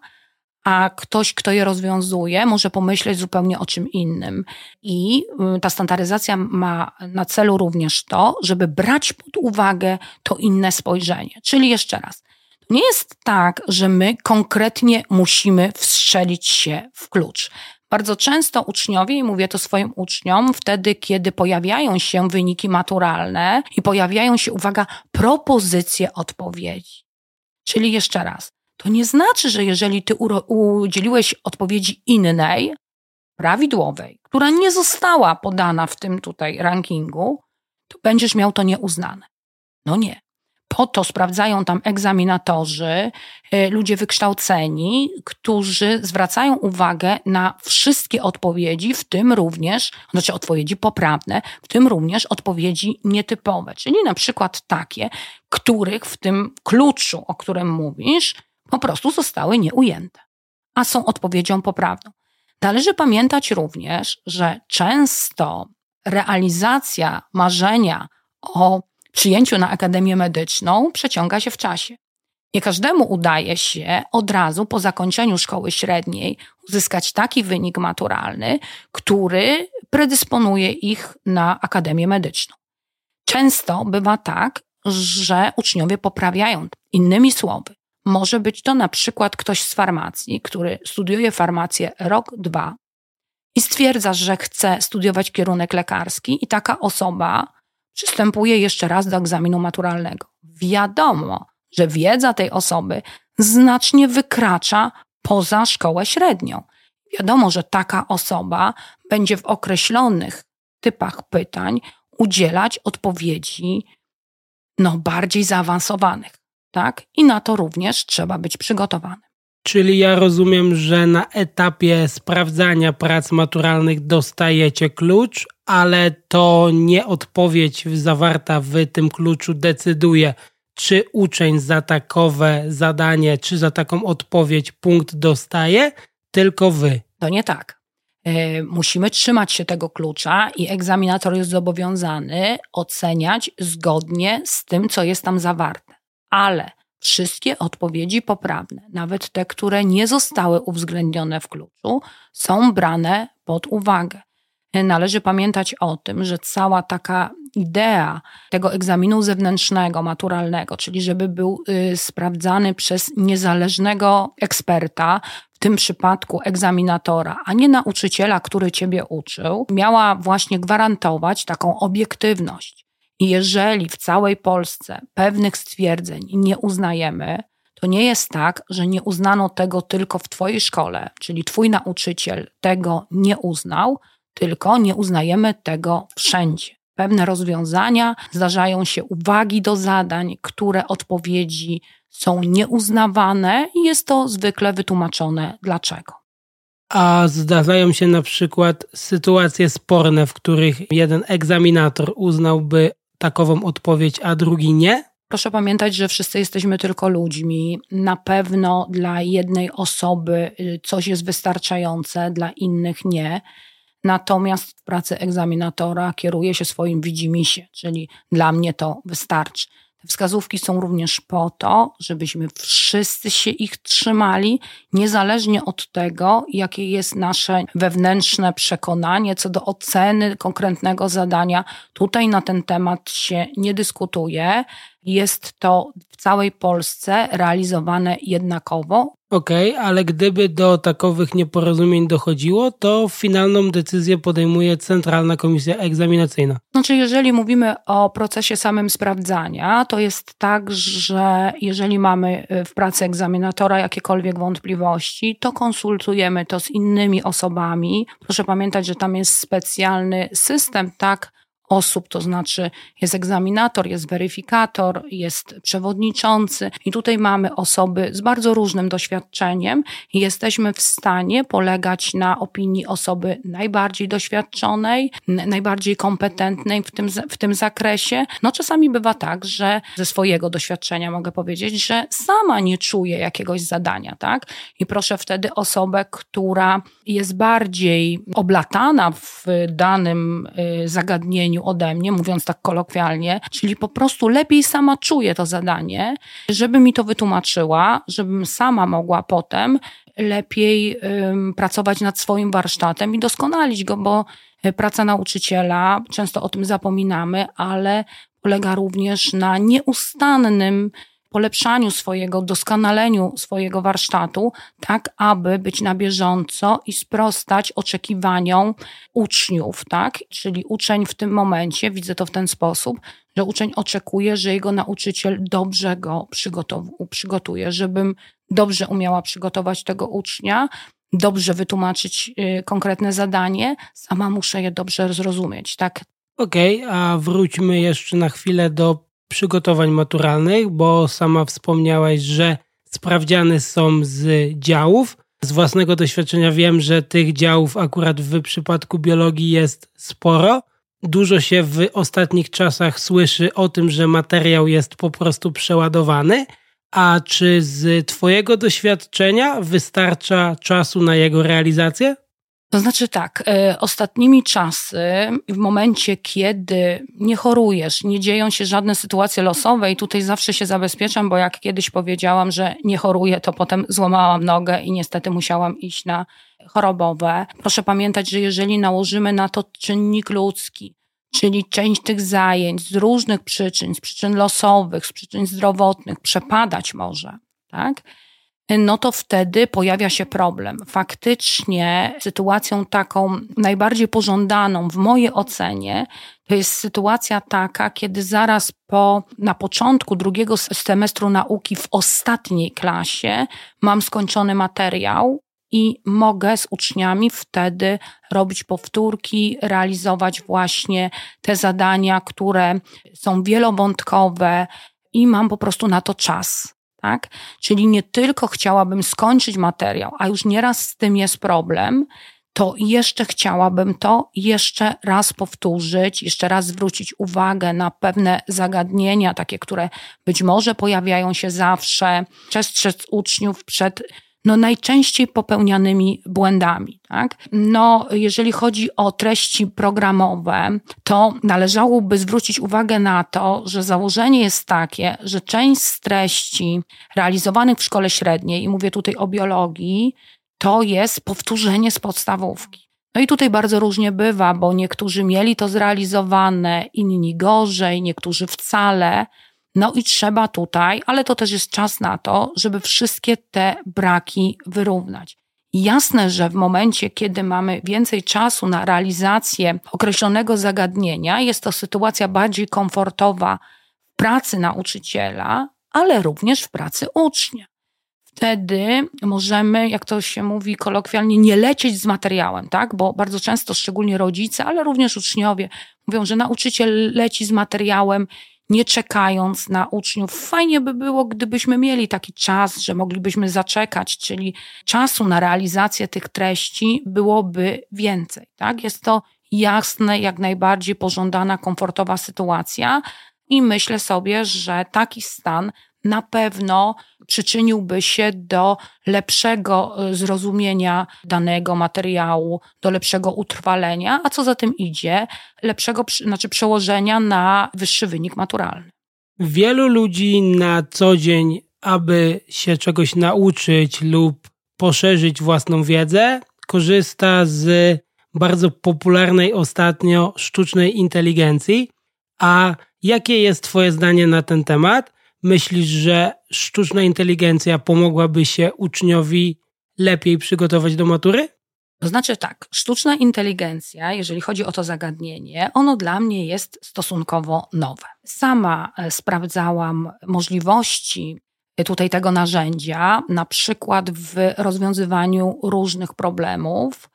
a ktoś, kto je rozwiązuje, może pomyśleć zupełnie o czym innym. I ta standaryzacja ma na celu również to, żeby brać pod uwagę to inne spojrzenie. Czyli jeszcze raz, to nie jest tak, że my konkretnie musimy wstrzelić się w klucz. Bardzo często uczniowie, i mówię to swoim uczniom, wtedy, kiedy pojawiają się wyniki maturalne i pojawiają się, uwaga, propozycje odpowiedzi. Czyli jeszcze raz, to nie znaczy, że jeżeli ty uro- udzieliłeś odpowiedzi innej, prawidłowej, która nie została podana w tym tutaj rankingu, to będziesz miał to nieuznane. No nie. Po to sprawdzają tam egzaminatorzy, ludzie wykształceni, którzy zwracają uwagę na wszystkie odpowiedzi, w tym również, znaczy odpowiedzi poprawne, w tym również odpowiedzi nietypowe, czyli na przykład takie, których w tym kluczu, o którym mówisz, po prostu zostały nieujęte, a są odpowiedzią poprawną. Należy pamiętać również, że często realizacja marzenia o przyjęciu na Akademię Medyczną przeciąga się w czasie. Nie każdemu udaje się od razu po zakończeniu szkoły średniej uzyskać taki wynik maturalny, który predysponuje ich na Akademię Medyczną. Często bywa tak, że uczniowie poprawiają. Innymi słowy, może być to na przykład ktoś z farmacji, który studiuje farmację rok, dwa i stwierdza, że chce studiować kierunek lekarski i taka osoba przystępuje jeszcze raz do egzaminu maturalnego. Wiadomo, że wiedza tej osoby znacznie wykracza poza szkołę średnią. Wiadomo, że taka osoba będzie w określonych typach pytań udzielać odpowiedzi no, bardziej zaawansowanych, tak? I na to również trzeba być przygotowanym. Czyli ja rozumiem, że na etapie sprawdzania prac maturalnych dostajecie klucz, ale to nie odpowiedź zawarta w tym kluczu decyduje, czy uczeń za takowe zadanie, czy za taką odpowiedź punkt dostaje, tylko wy. To nie tak. Yy, musimy trzymać się tego klucza i egzaminator jest zobowiązany oceniać zgodnie z tym, co jest tam zawarte. Ale wszystkie odpowiedzi poprawne, nawet te, które nie zostały uwzględnione w kluczu, są brane pod uwagę. Należy pamiętać o tym, że cała taka idea tego egzaminu zewnętrznego, maturalnego, czyli żeby był y, sprawdzany przez niezależnego eksperta, w tym przypadku egzaminatora, a nie nauczyciela, który ciebie uczył, miała właśnie gwarantować taką obiektywność. I jeżeli w całej Polsce pewnych stwierdzeń nie uznajemy, to nie jest tak, że nie uznano tego tylko w twojej szkole, czyli twój nauczyciel tego nie uznał, tylko nie uznajemy tego wszędzie. Pewne rozwiązania, zdarzają się uwagi do zadań, które odpowiedzi są nieuznawane i jest to zwykle wytłumaczone dlaczego. A zdarzają się na przykład sytuacje sporne, w których jeden egzaminator uznałby takową odpowiedź, a drugi nie? Proszę pamiętać, że wszyscy jesteśmy tylko ludźmi. Na pewno dla jednej osoby coś jest wystarczające, dla innych nie. Natomiast w pracy egzaminatora kieruje się swoim widzimisię, czyli dla mnie to wystarczy. Te wskazówki są również po to, żebyśmy wszyscy się ich trzymali, niezależnie od tego, jakie jest nasze wewnętrzne przekonanie co do oceny konkretnego zadania. Tutaj na ten temat się nie dyskutuje. Jest to w całej Polsce realizowane jednakowo. Okej, okay, ale gdyby do takowych nieporozumień dochodziło, to finalną decyzję podejmuje Centralna Komisja Egzaminacyjna. Znaczy, jeżeli mówimy o procesie samym sprawdzania, to jest tak, że jeżeli mamy w pracy egzaminatora jakiekolwiek wątpliwości, to konsultujemy to z innymi osobami. Proszę pamiętać, że tam jest specjalny system, tak, osób, to znaczy jest egzaminator, jest weryfikator, jest przewodniczący i tutaj mamy osoby z bardzo różnym doświadczeniem i jesteśmy w stanie polegać na opinii osoby najbardziej doświadczonej, najbardziej kompetentnej w tym, w tym zakresie. No czasami bywa tak, że ze swojego doświadczenia mogę powiedzieć, że sama nie czuję jakiegoś zadania, tak? I proszę wtedy osobę, która jest bardziej oblatana w danym zagadnieniu ode mnie, mówiąc tak kolokwialnie, czyli po prostu lepiej sama czuje to zadanie, żeby mi to wytłumaczyła, żebym sama mogła potem lepiej ym, pracować nad swoim warsztatem i doskonalić go, bo praca nauczyciela, często o tym zapominamy, ale polega również na nieustannym polepszaniu swojego, doskonaleniu swojego warsztatu, tak aby być na bieżąco i sprostać oczekiwaniom uczniów, tak? Czyli uczeń w tym momencie, widzę to w ten sposób, że uczeń oczekuje, że jego nauczyciel dobrze go przygotow- przygotuje, żebym dobrze umiała przygotować tego ucznia, dobrze wytłumaczyć y, konkretne zadanie, sama muszę je dobrze zrozumieć, tak? Okej, okay, a wróćmy jeszcze na chwilę do przygotowań maturalnych, bo sama wspomniałaś, że sprawdziany są z działów. Z własnego doświadczenia wiem, że tych działów akurat w przypadku biologii jest sporo. Dużo się w ostatnich czasach słyszy o tym, że materiał jest po prostu przeładowany. A czy z twojego doświadczenia wystarcza czasu na jego realizację? To znaczy tak, y, ostatnimi czasy, w momencie, kiedy nie chorujesz, nie dzieją się żadne sytuacje losowe i tutaj zawsze się zabezpieczam, bo jak kiedyś powiedziałam, że nie choruję, to potem złamałam nogę i niestety musiałam iść na chorobowe. Proszę pamiętać, że jeżeli nałożymy na to czynnik ludzki, czyli część tych zajęć z różnych przyczyn, z przyczyn losowych, z przyczyn zdrowotnych, przepadać może, tak? No to wtedy pojawia się problem. Faktycznie sytuacją taką najbardziej pożądaną w mojej ocenie to jest sytuacja taka, kiedy zaraz po, na początku drugiego semestru nauki w ostatniej klasie mam skończony materiał i mogę z uczniami wtedy robić powtórki, realizować właśnie te zadania, które są wielowątkowe i mam po prostu na to czas. Tak? Czyli nie tylko chciałabym skończyć materiał, a już nieraz z tym jest problem, to jeszcze chciałabym to jeszcze raz powtórzyć, jeszcze raz zwrócić uwagę na pewne zagadnienia, takie, które być może pojawiają się zawsze, przestrzec uczniów przed no, najczęściej popełnianymi błędami. Tak? No, jeżeli chodzi o treści programowe, to należałoby zwrócić uwagę na to, że założenie jest takie, że część z treści realizowanych w szkole średniej, i mówię tutaj o biologii, to jest powtórzenie z podstawówki. No i tutaj bardzo różnie bywa, bo niektórzy mieli to zrealizowane, inni gorzej, niektórzy wcale. No i trzeba tutaj, ale to też jest czas na to, żeby wszystkie te braki wyrównać. Jasne, że w momencie, kiedy mamy więcej czasu na realizację określonego zagadnienia, jest to sytuacja bardziej komfortowa w pracy nauczyciela, ale również w pracy ucznia. Wtedy możemy, jak to się mówi kolokwialnie, nie lecieć z materiałem, tak? Bo bardzo często, szczególnie rodzice, ale również uczniowie mówią, że nauczyciel leci z materiałem, nie czekając na uczniów. Fajnie by było, gdybyśmy mieli taki czas, że moglibyśmy zaczekać, czyli czasu na realizację tych treści byłoby więcej, tak? Jest to jasne, jak najbardziej pożądana, komfortowa sytuacja i myślę sobie, że taki stan na pewno przyczyniłby się do lepszego zrozumienia danego materiału, do lepszego utrwalenia, a co za tym idzie, lepszego znaczy przełożenia na wyższy wynik maturalny. Wielu ludzi na co dzień, aby się czegoś nauczyć lub poszerzyć własną wiedzę, korzysta z bardzo popularnej ostatnio sztucznej inteligencji. A jakie jest Twoje zdanie na ten temat? Myślisz, że sztuczna inteligencja pomogłaby się uczniowi lepiej przygotować do matury? To znaczy tak, sztuczna inteligencja, jeżeli chodzi o to zagadnienie, ono dla mnie jest stosunkowo nowe. Sama sprawdzałam możliwości tutaj tego narzędzia, na przykład w rozwiązywaniu różnych problemów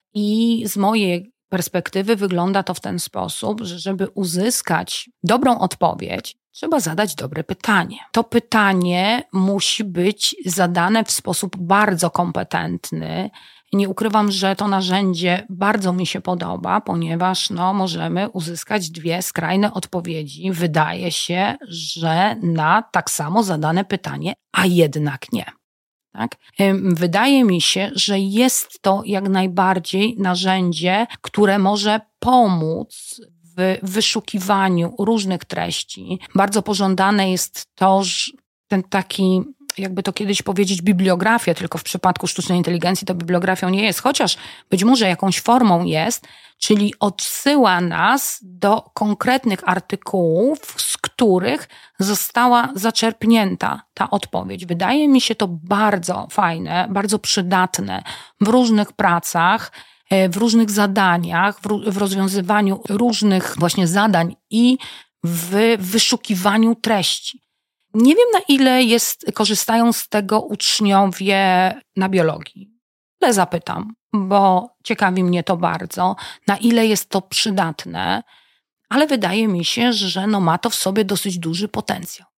i z mojej perspektywy wygląda to w ten sposób, że żeby uzyskać dobrą odpowiedź, trzeba zadać dobre pytanie. To pytanie musi być zadane w sposób bardzo kompetentny. Nie ukrywam, że to narzędzie bardzo mi się podoba, ponieważ no, możemy uzyskać dwie skrajne odpowiedzi. Wydaje się, że na tak samo zadane pytanie, a jednak nie. Tak? Wydaje mi się, że jest to jak najbardziej narzędzie, które może pomóc w wyszukiwaniu różnych treści. Bardzo pożądane jest to, że ten taki, jakby to kiedyś powiedzieć, bibliografia, tylko w przypadku sztucznej inteligencji to bibliografią nie jest, chociaż być może jakąś formą jest, czyli odsyła nas do konkretnych artykułów, z których została zaczerpnięta ta odpowiedź. Wydaje mi się to bardzo fajne, bardzo przydatne w różnych pracach, w różnych zadaniach, w rozwiązywaniu różnych właśnie zadań i w wyszukiwaniu treści. Nie wiem, na ile jest, korzystają z tego uczniowie na biologii, ale zapytam, bo ciekawi mnie to bardzo, na ile jest to przydatne, ale wydaje mi się, że no ma to w sobie dosyć duży potencjał.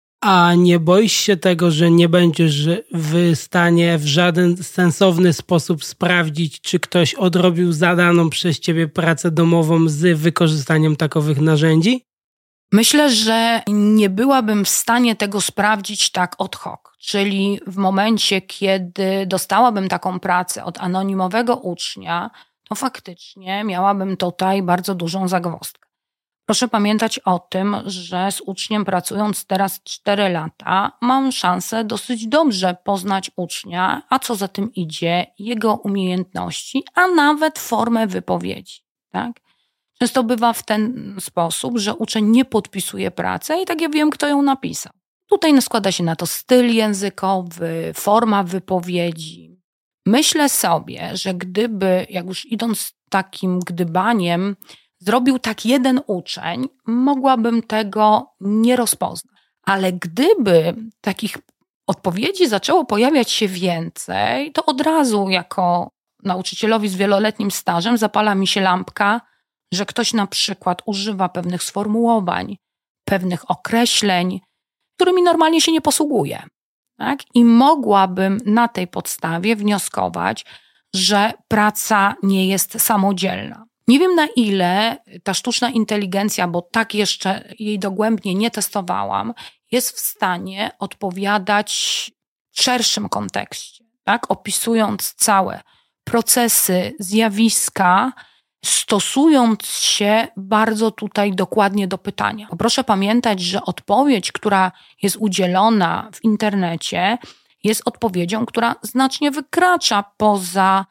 A nie boisz się tego, że nie będziesz w stanie w żaden sensowny sposób sprawdzić, czy ktoś odrobił zadaną przez ciebie pracę domową z wykorzystaniem takowych narzędzi? Myślę, że nie byłabym w stanie tego sprawdzić tak ad hoc, czyli w momencie, kiedy dostałabym taką pracę od anonimowego ucznia, to faktycznie miałabym tutaj bardzo dużą zagwozdkę. Proszę pamiętać o tym, że z uczniem pracując teraz cztery lata, mam szansę dosyć dobrze poznać ucznia, a co za tym idzie, jego umiejętności, a nawet formę wypowiedzi. Tak? Często bywa w ten sposób, że uczeń nie podpisuje pracy i tak ja wiem, kto ją napisał. Tutaj składa się na to styl językowy, forma wypowiedzi. Myślę sobie, że gdyby, jak już idąc takim gdybaniem, zrobił tak jeden uczeń, mogłabym tego nie rozpoznać. Ale gdyby takich odpowiedzi zaczęło pojawiać się więcej, to od razu jako nauczycielowi z wieloletnim stażem zapala mi się lampka, że ktoś na przykład używa pewnych sformułowań, pewnych określeń, którymi normalnie się nie posługuje. Tak? I mogłabym na tej podstawie wnioskować, że praca nie jest samodzielna. Nie wiem, na ile ta sztuczna inteligencja, bo tak jeszcze jej dogłębnie nie testowałam, jest w stanie odpowiadać w szerszym kontekście, tak? Opisując całe procesy, zjawiska, stosując się bardzo tutaj dokładnie do pytania. Bo proszę pamiętać, że odpowiedź, która jest udzielona w internecie, jest odpowiedzią, która znacznie wykracza poza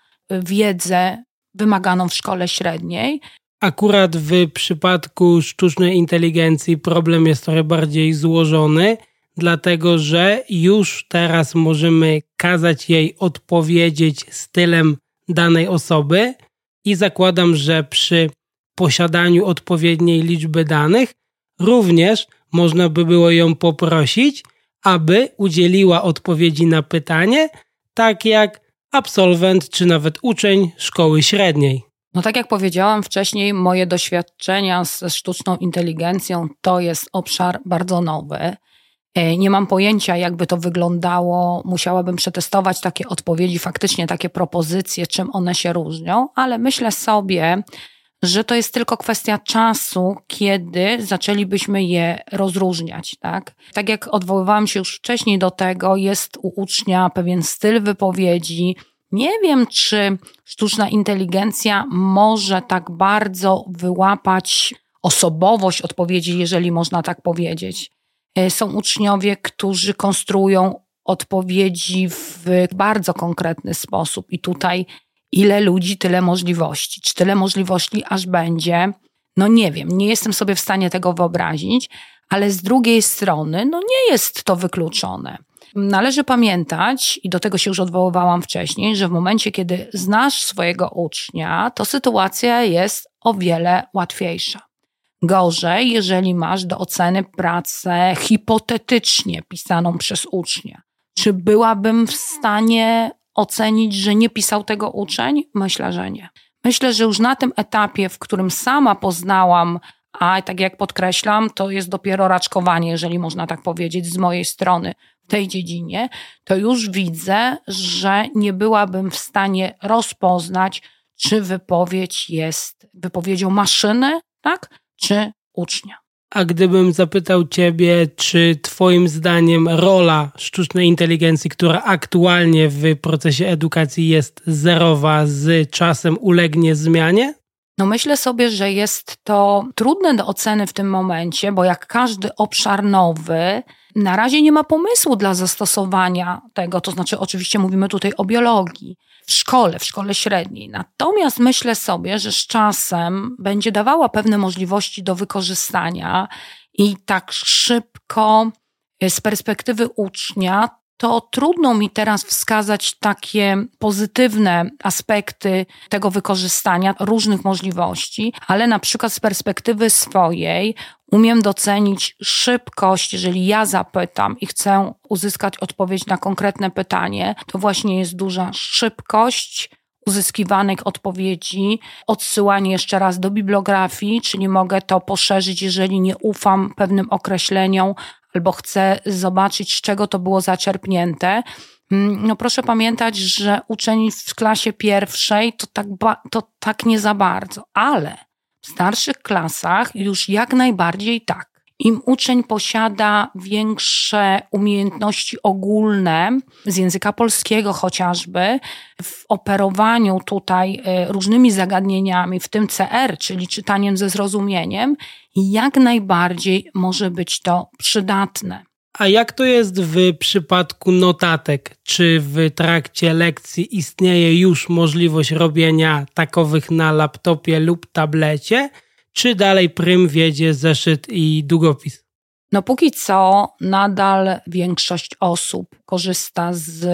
wiedzę wymaganą w szkole średniej. Akurat w przypadku sztucznej inteligencji problem jest trochę bardziej złożony, dlatego że już teraz możemy kazać jej odpowiedzieć stylem danej osoby i zakładam, że przy posiadaniu odpowiedniej liczby danych również można by było ją poprosić, aby udzieliła odpowiedzi na pytanie, tak jak absolwent czy nawet uczeń szkoły średniej. No tak jak powiedziałam wcześniej, moje doświadczenia ze sztuczną inteligencją to jest obszar bardzo nowy. Nie mam pojęcia, jakby to wyglądało. Musiałabym przetestować takie odpowiedzi, faktycznie takie propozycje, czym one się różnią, ale myślę sobie, że to jest tylko kwestia czasu, kiedy zaczęlibyśmy je rozróżniać. Tak, tak jak odwoływałam się już wcześniej do tego, jest u ucznia pewien styl wypowiedzi. Nie wiem, czy sztuczna inteligencja może tak bardzo wyłapać osobowość odpowiedzi, jeżeli można tak powiedzieć. Są uczniowie, którzy konstruują odpowiedzi w bardzo konkretny sposób i tutaj ile ludzi, tyle możliwości. Czy tyle możliwości aż będzie? No nie wiem, nie jestem sobie w stanie tego wyobrazić, ale z drugiej strony no nie jest to wykluczone. Należy pamiętać, i do tego się już odwoływałam wcześniej, że w momencie, kiedy znasz swojego ucznia, to sytuacja jest o wiele łatwiejsza. Gorzej, jeżeli masz do oceny pracę hipotetycznie pisaną przez ucznia. Czy byłabym w stanie ocenić, że nie pisał tego uczeń? Myślę, że nie. Myślę, że już na tym etapie, w którym sama poznałam, a tak jak podkreślam, to jest dopiero raczkowanie, jeżeli można tak powiedzieć, z mojej strony w tej dziedzinie, to już widzę, że nie byłabym w stanie rozpoznać, czy wypowiedź jest wypowiedzią maszyny, tak, czy ucznia. A gdybym zapytał Ciebie, czy Twoim zdaniem rola sztucznej inteligencji, która aktualnie w procesie edukacji jest zerowa, z czasem ulegnie zmianie? No myślę sobie, że jest to trudne do oceny w tym momencie, bo jak każdy obszar nowy, na razie nie ma pomysłu dla zastosowania tego, to znaczy oczywiście mówimy tutaj o biologii, w szkole, w szkole średniej. Natomiast myślę sobie, że z czasem będzie dawała pewne możliwości do wykorzystania i tak szybko z perspektywy ucznia, to trudno mi teraz wskazać takie pozytywne aspekty tego wykorzystania, różnych możliwości, ale na przykład z perspektywy swojej umiem docenić szybkość, jeżeli ja zapytam i chcę uzyskać odpowiedź na konkretne pytanie, to właśnie jest duża szybkość uzyskiwanych odpowiedzi, odsyłanie jeszcze raz do bibliografii, czyli mogę to poszerzyć, jeżeli nie ufam pewnym określeniom, albo chcę zobaczyć, z czego to było zaczerpnięte. No proszę pamiętać, że uczeń w klasie pierwszej to tak, ba- to tak nie za bardzo, ale w starszych klasach już jak najbardziej tak. Im uczeń posiada większe umiejętności ogólne z języka polskiego chociażby, w operowaniu tutaj różnymi zagadnieniami, w tym C R, czyli czytaniem ze zrozumieniem, jak najbardziej może być to przydatne. A jak to jest w przypadku notatek? Czy w trakcie lekcji istnieje już możliwość robienia takowych na laptopie lub tablecie? Czy dalej prym wiedzie zeszyt i długopis? No póki co nadal większość osób korzysta z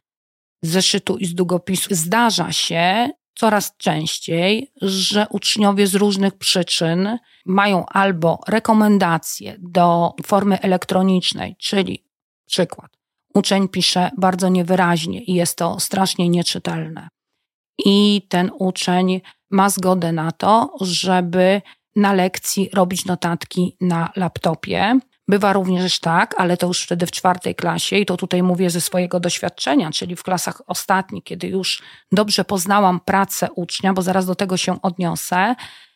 zeszytu i z długopisu. Zdarza się coraz częściej, że uczniowie z różnych przyczyn mają albo rekomendacje do formy elektronicznej, czyli przykład, uczeń pisze bardzo niewyraźnie i jest to strasznie nieczytelne. I ten uczeń ma zgodę na to, żeby na lekcji robić notatki na laptopie. Bywa również tak, ale to już wtedy w czwartej klasie i to tutaj mówię ze swojego doświadczenia, czyli w klasach ostatnich, kiedy już dobrze poznałam pracę ucznia, bo zaraz do tego się odniosę,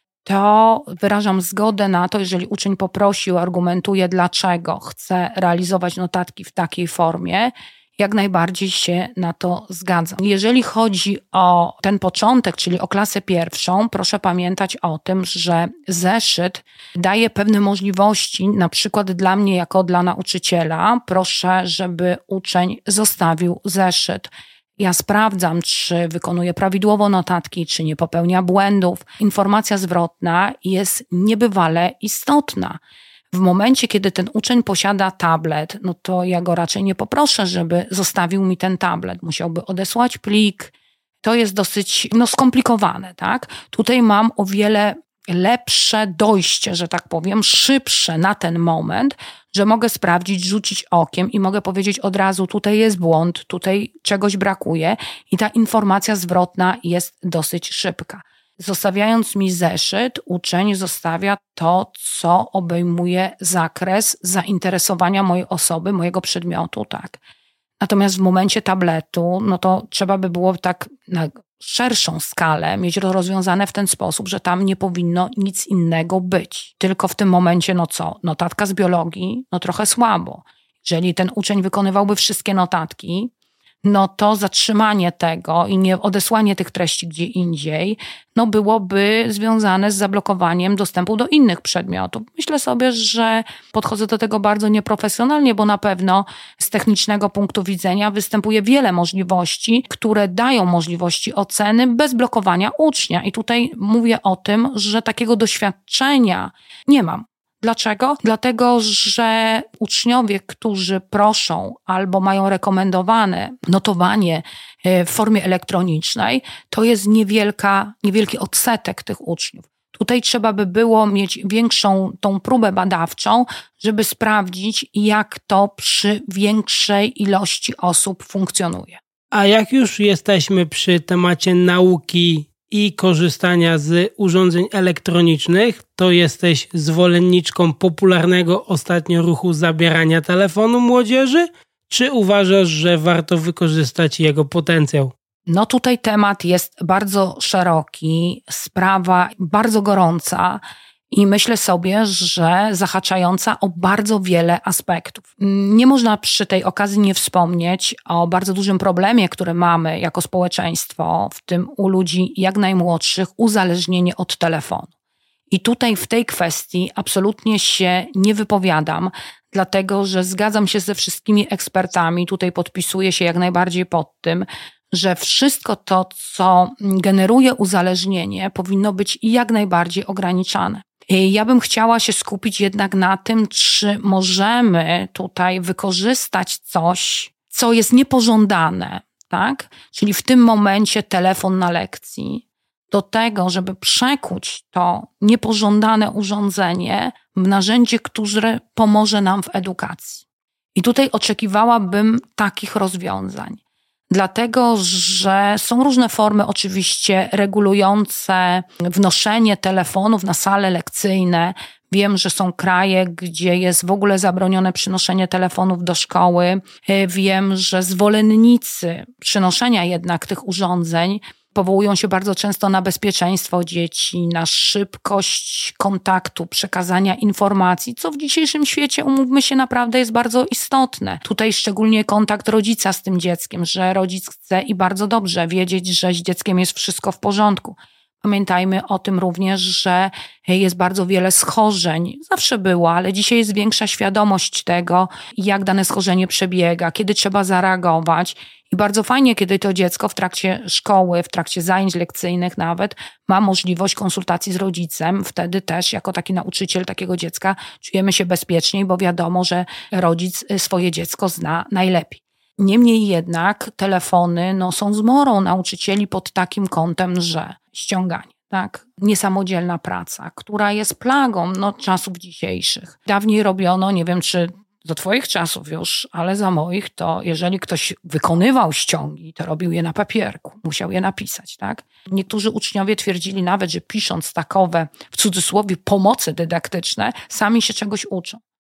to wyrażam zgodę na to, jeżeli uczeń poprosił, argumentuje, dlaczego chce realizować notatki w takiej formie, jak najbardziej się na to zgadzam. Jeżeli chodzi o ten początek, czyli o klasę pierwszą, proszę pamiętać o tym, że zeszyt daje pewne możliwości, na przykład dla mnie jako dla nauczyciela, proszę, żeby uczeń zostawił zeszyt. Ja sprawdzam, czy wykonuje prawidłowo notatki, czy nie popełnia błędów. Informacja zwrotna jest niebywale istotna. W momencie, kiedy ten uczeń posiada tablet, no to ja go raczej nie poproszę, żeby zostawił mi ten tablet. Musiałby odesłać plik. To jest dosyć no, skomplikowane, tak? Tutaj mam o wiele lepsze dojście, że tak powiem, szybsze na ten moment, że mogę sprawdzić, rzucić okiem i mogę powiedzieć od razu, tutaj jest błąd, tutaj czegoś brakuje i ta informacja zwrotna jest dosyć szybka. Zostawiając mi zeszyt, uczeń zostawia to, co obejmuje zakres zainteresowania mojej osoby, mojego przedmiotu, tak. Natomiast w momencie tabletu, no to trzeba by było tak na szerszą skalę mieć to rozwiązane w ten sposób, że tam nie powinno nic innego być. Tylko w tym momencie, no co, notatka z biologii, no trochę słabo. Jeżeli ten uczeń wykonywałby wszystkie notatki, no to zatrzymanie tego i nie odesłanie tych treści gdzie indziej, no byłoby związane z zablokowaniem dostępu do innych przedmiotów. Myślę sobie, że podchodzę do tego bardzo nieprofesjonalnie, bo na pewno z technicznego punktu widzenia występuje wiele możliwości, które dają możliwości oceny bez blokowania ucznia. I tutaj mówię o tym, że takiego doświadczenia nie mam. Dlaczego? Dlatego, że uczniowie, którzy proszą albo mają rekomendowane notowanie w formie elektronicznej, to jest niewielka, niewielki odsetek tych uczniów. Tutaj trzeba by było mieć większą tą próbę badawczą, żeby sprawdzić, jak to przy większej ilości osób funkcjonuje. A jak już jesteśmy przy temacie nauki i korzystania z urządzeń elektronicznych, to jesteś zwolenniczką popularnego ostatnio ruchu zabierania telefonu młodzieży? Czy uważasz, że warto wykorzystać jego potencjał? No tutaj temat jest bardzo szeroki, sprawa bardzo gorąca i myślę sobie, że zahaczająca o bardzo wiele aspektów. Nie można przy tej okazji nie wspomnieć o bardzo dużym problemie, który mamy jako społeczeństwo, w tym u ludzi jak najmłodszych, uzależnienie od telefonu. I tutaj w tej kwestii absolutnie się nie wypowiadam, dlatego że zgadzam się ze wszystkimi ekspertami, tutaj podpisuję się jak najbardziej pod tym, że wszystko to, co generuje uzależnienie, powinno być jak najbardziej ograniczane. Ja bym chciała się skupić jednak na tym, czy możemy tutaj wykorzystać coś, co jest niepożądane, tak? Czyli w tym momencie telefon na lekcji, do tego, żeby przekuć to niepożądane urządzenie w narzędzie, które pomoże nam w edukacji. I tutaj oczekiwałabym takich rozwiązań. Dlatego, że są różne formy oczywiście regulujące wnoszenie telefonów na sale lekcyjne. Wiem, że są kraje, gdzie jest w ogóle zabronione przynoszenie telefonów do szkoły. Wiem, że zwolennicy przynoszenia jednak tych urządzeń powołują się bardzo często na bezpieczeństwo dzieci, na szybkość kontaktu, przekazania informacji, co w dzisiejszym świecie, umówmy się, naprawdę jest bardzo istotne. Tutaj szczególnie kontakt rodzica z tym dzieckiem, że rodzic chce i bardzo dobrze wiedzieć, że z dzieckiem jest wszystko w porządku. Pamiętajmy o tym również, że jest bardzo wiele schorzeń. Zawsze było, ale dzisiaj jest większa świadomość tego, jak dane schorzenie przebiega, kiedy trzeba zareagować. I bardzo fajnie, kiedy to dziecko w trakcie szkoły, w trakcie zajęć lekcyjnych nawet ma możliwość konsultacji z rodzicem. Wtedy też jako taki nauczyciel takiego dziecka czujemy się bezpieczniej, bo wiadomo, że rodzic swoje dziecko zna najlepiej. Niemniej jednak telefony no, są zmorą nauczycieli pod takim kątem, że ściąganie, tak? Niesamodzielna praca, która jest plagą no, czasów dzisiejszych. Dawniej robiono, nie wiem czy do twoich czasów już, ale za moich to jeżeli ktoś wykonywał ściągi, to robił je na papierku, musiał je napisać, tak? Niektórzy uczniowie twierdzili nawet, że pisząc takowe, w cudzysłowie, pomocy dydaktyczne, sami się czegoś uczą.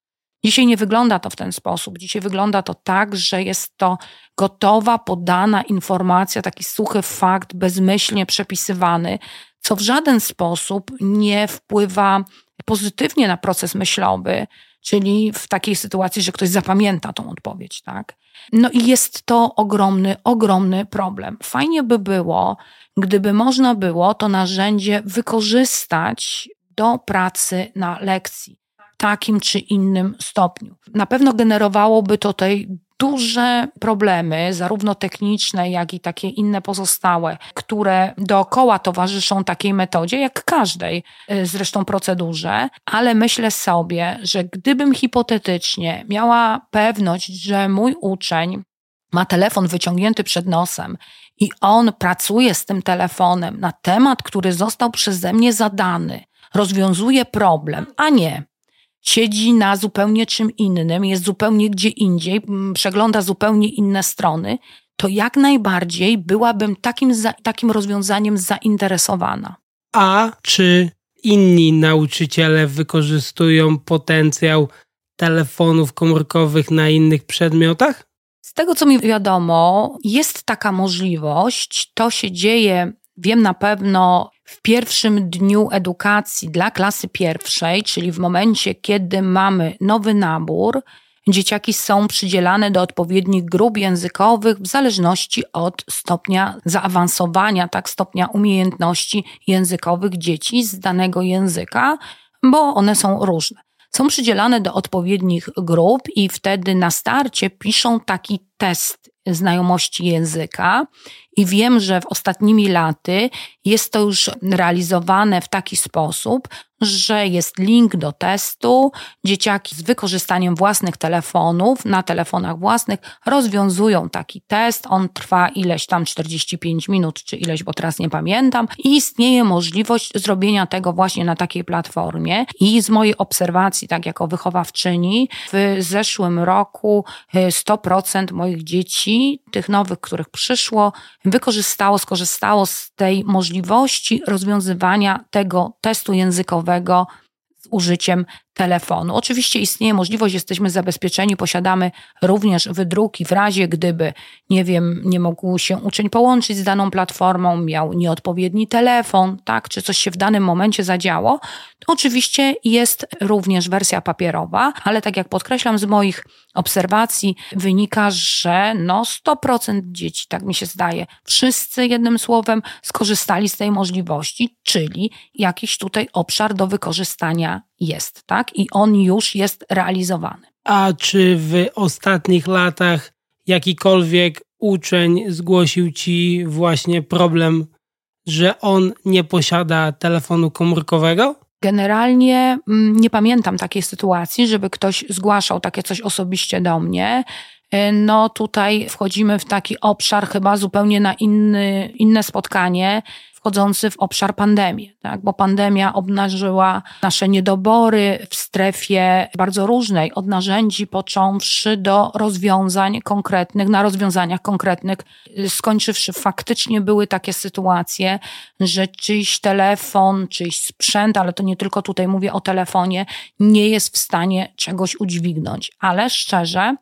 Dzisiaj nie wygląda to w ten sposób. Dzisiaj wygląda to tak, że jest to gotowa, podana informacja, taki suchy fakt, bezmyślnie przepisywany, co w żaden sposób nie wpływa pozytywnie na proces myślowy, czyli w takiej sytuacji, że ktoś zapamięta tą odpowiedź, tak? No i jest to ogromny, ogromny problem. Fajnie by było, gdyby można było to narzędzie wykorzystać do pracy na lekcji w takim czy innym stopniu. Na pewno generowałoby to tutaj duże problemy, zarówno techniczne, jak i takie inne pozostałe, które dookoła towarzyszą takiej metodzie, jak każdej zresztą procedurze, ale myślę sobie, że gdybym hipotetycznie miała pewność, że mój uczeń ma telefon wyciągnięty przed nosem i on pracuje z tym telefonem na temat, który został przeze mnie zadany, rozwiązuje problem, a nie siedzi na zupełnie czym innym, jest zupełnie gdzie indziej, przegląda zupełnie inne strony, to jak najbardziej byłabym takim, za, takim rozwiązaniem zainteresowana. A czy inni nauczyciele wykorzystują potencjał telefonów komórkowych na innych przedmiotach? Z tego, co mi wiadomo, jest taka możliwość. To się dzieje, wiem na pewno, w pierwszym dniu edukacji dla klasy pierwszej, czyli w momencie, kiedy mamy nowy nabór, dzieciaki są przydzielane do odpowiednich grup językowych w zależności od stopnia zaawansowania, tak, stopnia umiejętności językowych dzieci z danego języka, bo one są różne. Są przydzielane do odpowiednich grup i wtedy na starcie piszą taki test znajomości języka i wiem, że w ostatnimi laty jest to już realizowane w taki sposób, że jest link do testu, dzieciaki z wykorzystaniem własnych telefonów, na telefonach własnych rozwiązują taki test, on trwa ileś tam czterdzieści pięć minut, czy ileś, bo teraz nie pamiętam i istnieje możliwość zrobienia tego właśnie na takiej platformie i z mojej obserwacji, tak jako wychowawczyni, w zeszłym roku sto procent moich dzieci, tych nowych, których przyszło, wykorzystało, skorzystało z tej możliwości rozwiązywania tego testu językowego z użyciem telefonu. Oczywiście istnieje możliwość, jesteśmy zabezpieczeni, posiadamy również wydruki w razie, gdyby, nie wiem, nie mógł się uczeń połączyć z daną platformą, miał nieodpowiedni telefon, tak, czy coś się w danym momencie zadziało, to oczywiście jest również wersja papierowa, ale tak jak podkreślam, z moich obserwacji wynika, że no sto procent dzieci, tak mi się zdaje, wszyscy jednym słowem skorzystali z tej możliwości, czyli jakiś tutaj obszar do wykorzystania jest, tak? I on już jest realizowany. A czy w ostatnich latach jakikolwiek uczeń zgłosił ci właśnie problem, że on nie posiada telefonu komórkowego? Generalnie nie pamiętam takiej sytuacji, żeby ktoś zgłaszał takie coś osobiście do mnie. No tutaj wchodzimy w taki obszar chyba zupełnie na inny, inne spotkanie, wchodzący w obszar pandemii, tak? Bo pandemia obnażyła nasze niedobory w strefie bardzo różnej, od narzędzi począwszy do rozwiązań konkretnych, na rozwiązaniach konkretnych skończywszy. Faktycznie były takie sytuacje, że czyjś telefon, czyjś sprzęt, ale to nie tylko tutaj mówię o telefonie, nie jest w stanie czegoś udźwignąć. Ale szczerze,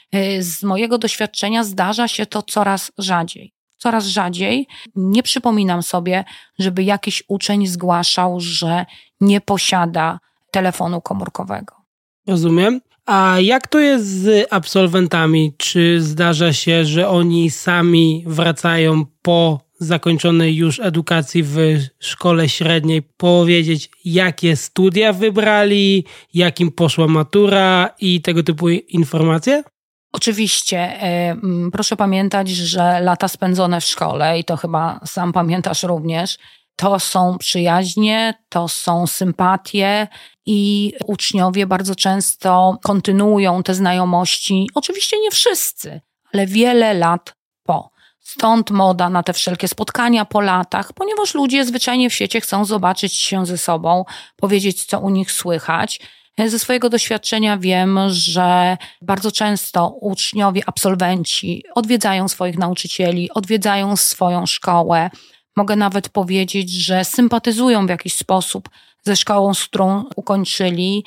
z mojego doświadczenia zdarza się to coraz rzadziej. Coraz rzadziej. Nie przypominam sobie, żeby jakiś uczeń zgłaszał, że nie posiada telefonu komórkowego. Rozumiem. A jak to jest z absolwentami? Czy zdarza się, że oni sami wracają po zakończonej już edukacji w szkole średniej powiedzieć, jakie studia wybrali, jakim poszła matura i tego typu informacje? Oczywiście, proszę pamiętać, że lata spędzone w szkole, i to chyba sam pamiętasz również, to są przyjaźnie, to są sympatie i uczniowie bardzo często kontynuują te znajomości. Oczywiście nie wszyscy, ale wiele lat po. Stąd moda na te wszelkie spotkania po latach, ponieważ ludzie zwyczajnie w świecie chcą zobaczyć się ze sobą, powiedzieć, co u nich słychać. Ze swojego doświadczenia wiem, że bardzo często uczniowie, absolwenci odwiedzają swoich nauczycieli, odwiedzają swoją szkołę. Mogę nawet powiedzieć, że sympatyzują w jakiś sposób ze szkołą, z którą ukończyli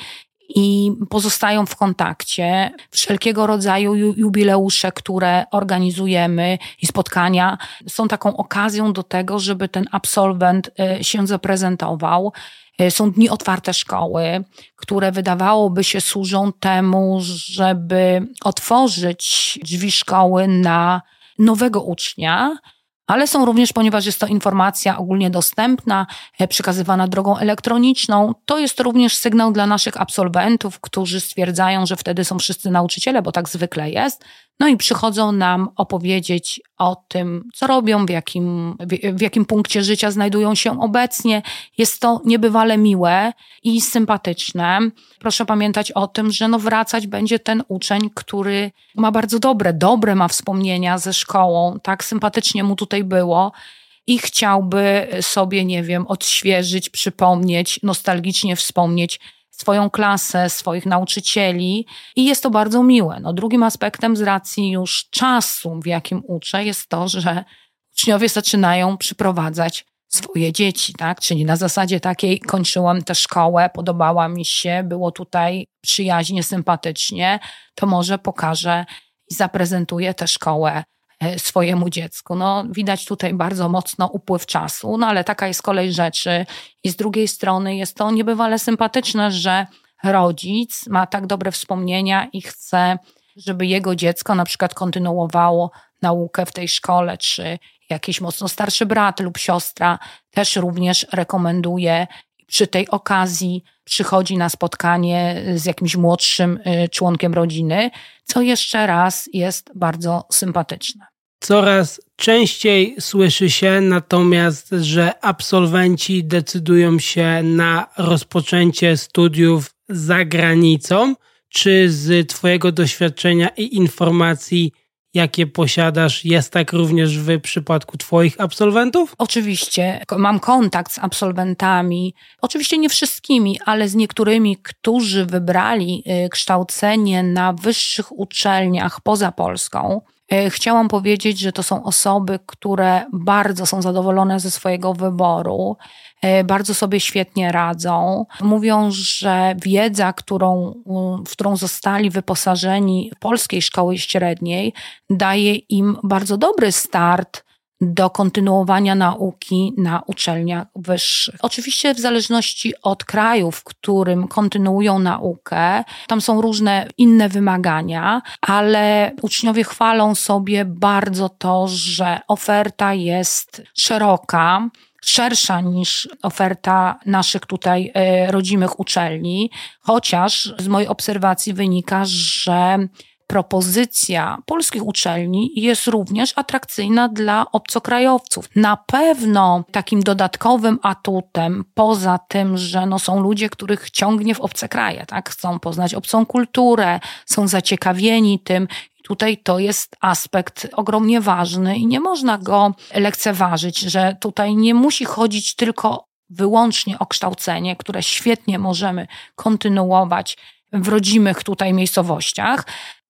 i pozostają w kontakcie. Wszelkiego rodzaju jubileusze, które organizujemy i spotkania są taką okazją do tego, żeby ten absolwent się zaprezentował. Są dni otwarte szkoły, które wydawałoby się służą temu, żeby otworzyć drzwi szkoły na nowego ucznia, ale są również, ponieważ jest to informacja ogólnie dostępna, przekazywana drogą elektroniczną, to jest również sygnał dla naszych absolwentów, którzy stwierdzają, że wtedy są wszyscy nauczyciele, bo tak zwykle jest, no i przychodzą nam opowiedzieć o tym, co robią, w jakim, w, w jakim punkcie życia znajdują się obecnie. Jest to niebywale miłe i sympatyczne. Proszę pamiętać o tym, że no wracać będzie ten uczeń, który ma bardzo dobre, dobre ma wspomnienia ze szkołą, tak sympatycznie mu tutaj było i chciałby sobie, nie wiem, odświeżyć, przypomnieć, nostalgicznie wspomnieć swoją klasę, swoich nauczycieli i jest to bardzo miłe. No, drugim aspektem z racji już czasu, w jakim uczę, jest to, że uczniowie zaczynają przyprowadzać swoje dzieci, tak? Czyli na zasadzie takiej kończyłam tę szkołę, podobała mi się, było tutaj przyjaźnie, sympatycznie, to może pokażę i zaprezentuję tę szkołę swojemu dziecku. No, widać tutaj bardzo mocno upływ czasu, no ale taka jest kolej rzeczy i z drugiej strony jest to niebywale sympatyczne, że rodzic ma tak dobre wspomnienia i chce, żeby jego dziecko na przykład kontynuowało naukę w tej szkole, czy jakiś mocno starszy brat lub siostra też również rekomenduje. Przy tej okazji przychodzi na spotkanie z jakimś młodszym członkiem rodziny, co jeszcze raz jest bardzo sympatyczne. Coraz częściej słyszy się natomiast, że absolwenci decydują się na rozpoczęcie studiów za granicą. Czy z Twojego doświadczenia i informacji, jakie posiadasz, jest tak również w przypadku Twoich absolwentów? Oczywiście. Mam kontakt z absolwentami, oczywiście nie wszystkimi, ale z niektórymi, którzy wybrali kształcenie na wyższych uczelniach poza Polską. Chciałam powiedzieć, że to są osoby, które bardzo są zadowolone ze swojego wyboru, bardzo sobie świetnie radzą. Mówią, że wiedza, którą, w którą zostali wyposażeni w polskiej szkoły średniej, daje im bardzo dobry start do kontynuowania nauki na uczelniach wyższych. Oczywiście w zależności od kraju, w którym kontynuują naukę, tam są różne inne wymagania, ale uczniowie chwalą sobie bardzo to, że oferta jest szeroka, szersza niż oferta naszych tutaj rodzimych uczelni, chociaż z mojej obserwacji wynika, że propozycja polskich uczelni jest również atrakcyjna dla obcokrajowców. Na pewno takim dodatkowym atutem, poza tym, że no są ludzie, których ciągnie w obce kraje, tak? Chcą poznać obcą kulturę, są zaciekawieni tym. Tutaj to jest aspekt ogromnie ważny i nie można go lekceważyć, że tutaj nie musi chodzić tylko wyłącznie o kształcenie, które świetnie możemy kontynuować w rodzimych tutaj miejscowościach,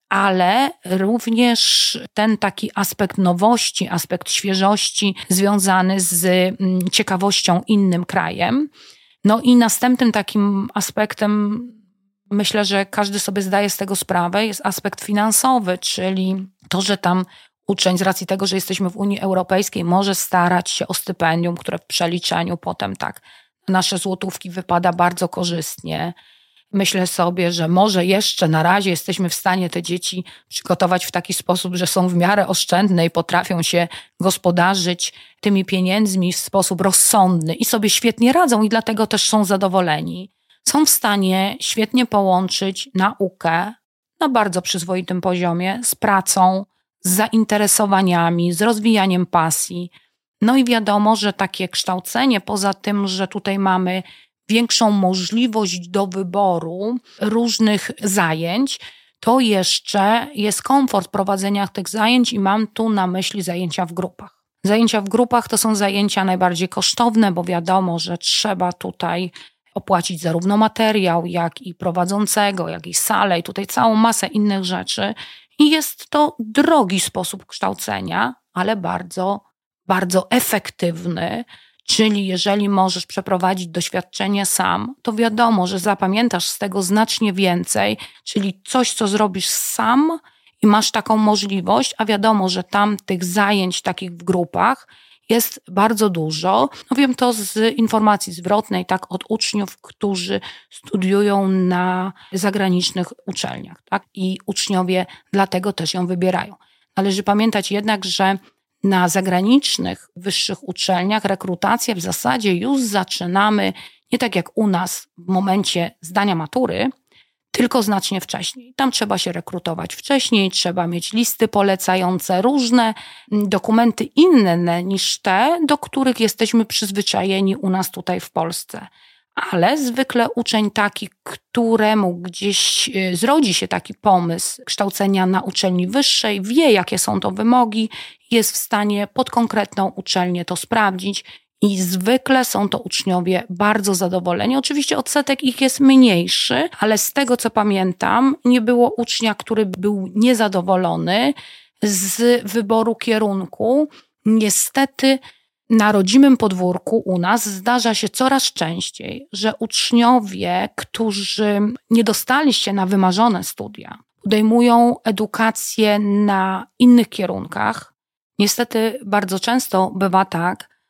ale również ten taki aspekt nowości, aspekt świeżości związany z ciekawością innym krajem. No i następnym takim aspektem, myślę, że każdy sobie zdaje z tego sprawę, jest aspekt finansowy, czyli to, że tam uczeń z racji tego, że jesteśmy w Unii Europejskiej, może starać się o stypendium, które w przeliczeniu potem tak nasze złotówki wypada bardzo korzystnie. Myślę sobie, że może jeszcze na razie jesteśmy w stanie te dzieci przygotować w taki sposób, że są w miarę oszczędne i potrafią się gospodarzyć tymi pieniędzmi w sposób rozsądny i sobie świetnie radzą i dlatego też są zadowoleni. Są w stanie świetnie połączyć naukę na bardzo przyzwoitym poziomie z pracą, z zainteresowaniami, z rozwijaniem pasji. No i wiadomo, że takie kształcenie, poza tym, że tutaj mamy większą możliwość do wyboru różnych zajęć, to jeszcze jest komfort prowadzenia tych zajęć i mam tu na myśli zajęcia w grupach. Zajęcia w grupach to są zajęcia najbardziej kosztowne, bo wiadomo, że trzeba tutaj opłacić zarówno materiał, jak i prowadzącego, jak i salę i tutaj całą masę innych rzeczy. I jest to drogi sposób kształcenia, ale bardzo, bardzo efektywny, Czyli jeżeli możesz przeprowadzić doświadczenie sam, to wiadomo, że zapamiętasz z tego znacznie więcej, czyli coś, co zrobisz sam i masz taką możliwość, a wiadomo, że tam tych zajęć takich w grupach jest bardzo dużo. No wiem to z informacji zwrotnej, tak, od uczniów, którzy studiują na zagranicznych uczelniach, tak, i uczniowie dlatego też ją wybierają. Należy pamiętać jednak, że na zagranicznych wyższych uczelniach rekrutację w zasadzie już zaczynamy nie tak jak u nas w momencie zdania matury, tylko znacznie wcześniej. Tam trzeba się rekrutować wcześniej, trzeba mieć listy polecające, różne dokumenty inne niż te, do których jesteśmy przyzwyczajeni u nas tutaj w Polsce. Ale zwykle uczeń taki, któremu gdzieś zrodzi się taki pomysł kształcenia na uczelni wyższej, wie jakie są to wymogi, jest w stanie pod konkretną uczelnię to sprawdzić i zwykle są to uczniowie bardzo zadowoleni. Oczywiście odsetek ich jest mniejszy, ale z tego co pamiętam, nie było ucznia, który był niezadowolony z wyboru kierunku. Niestety na rodzimym podwórku u nas zdarza się coraz częściej, że uczniowie, którzy nie dostali się na wymarzone studia, podejmują edukację na innych kierunkach. Niestety bardzo często bywa tak,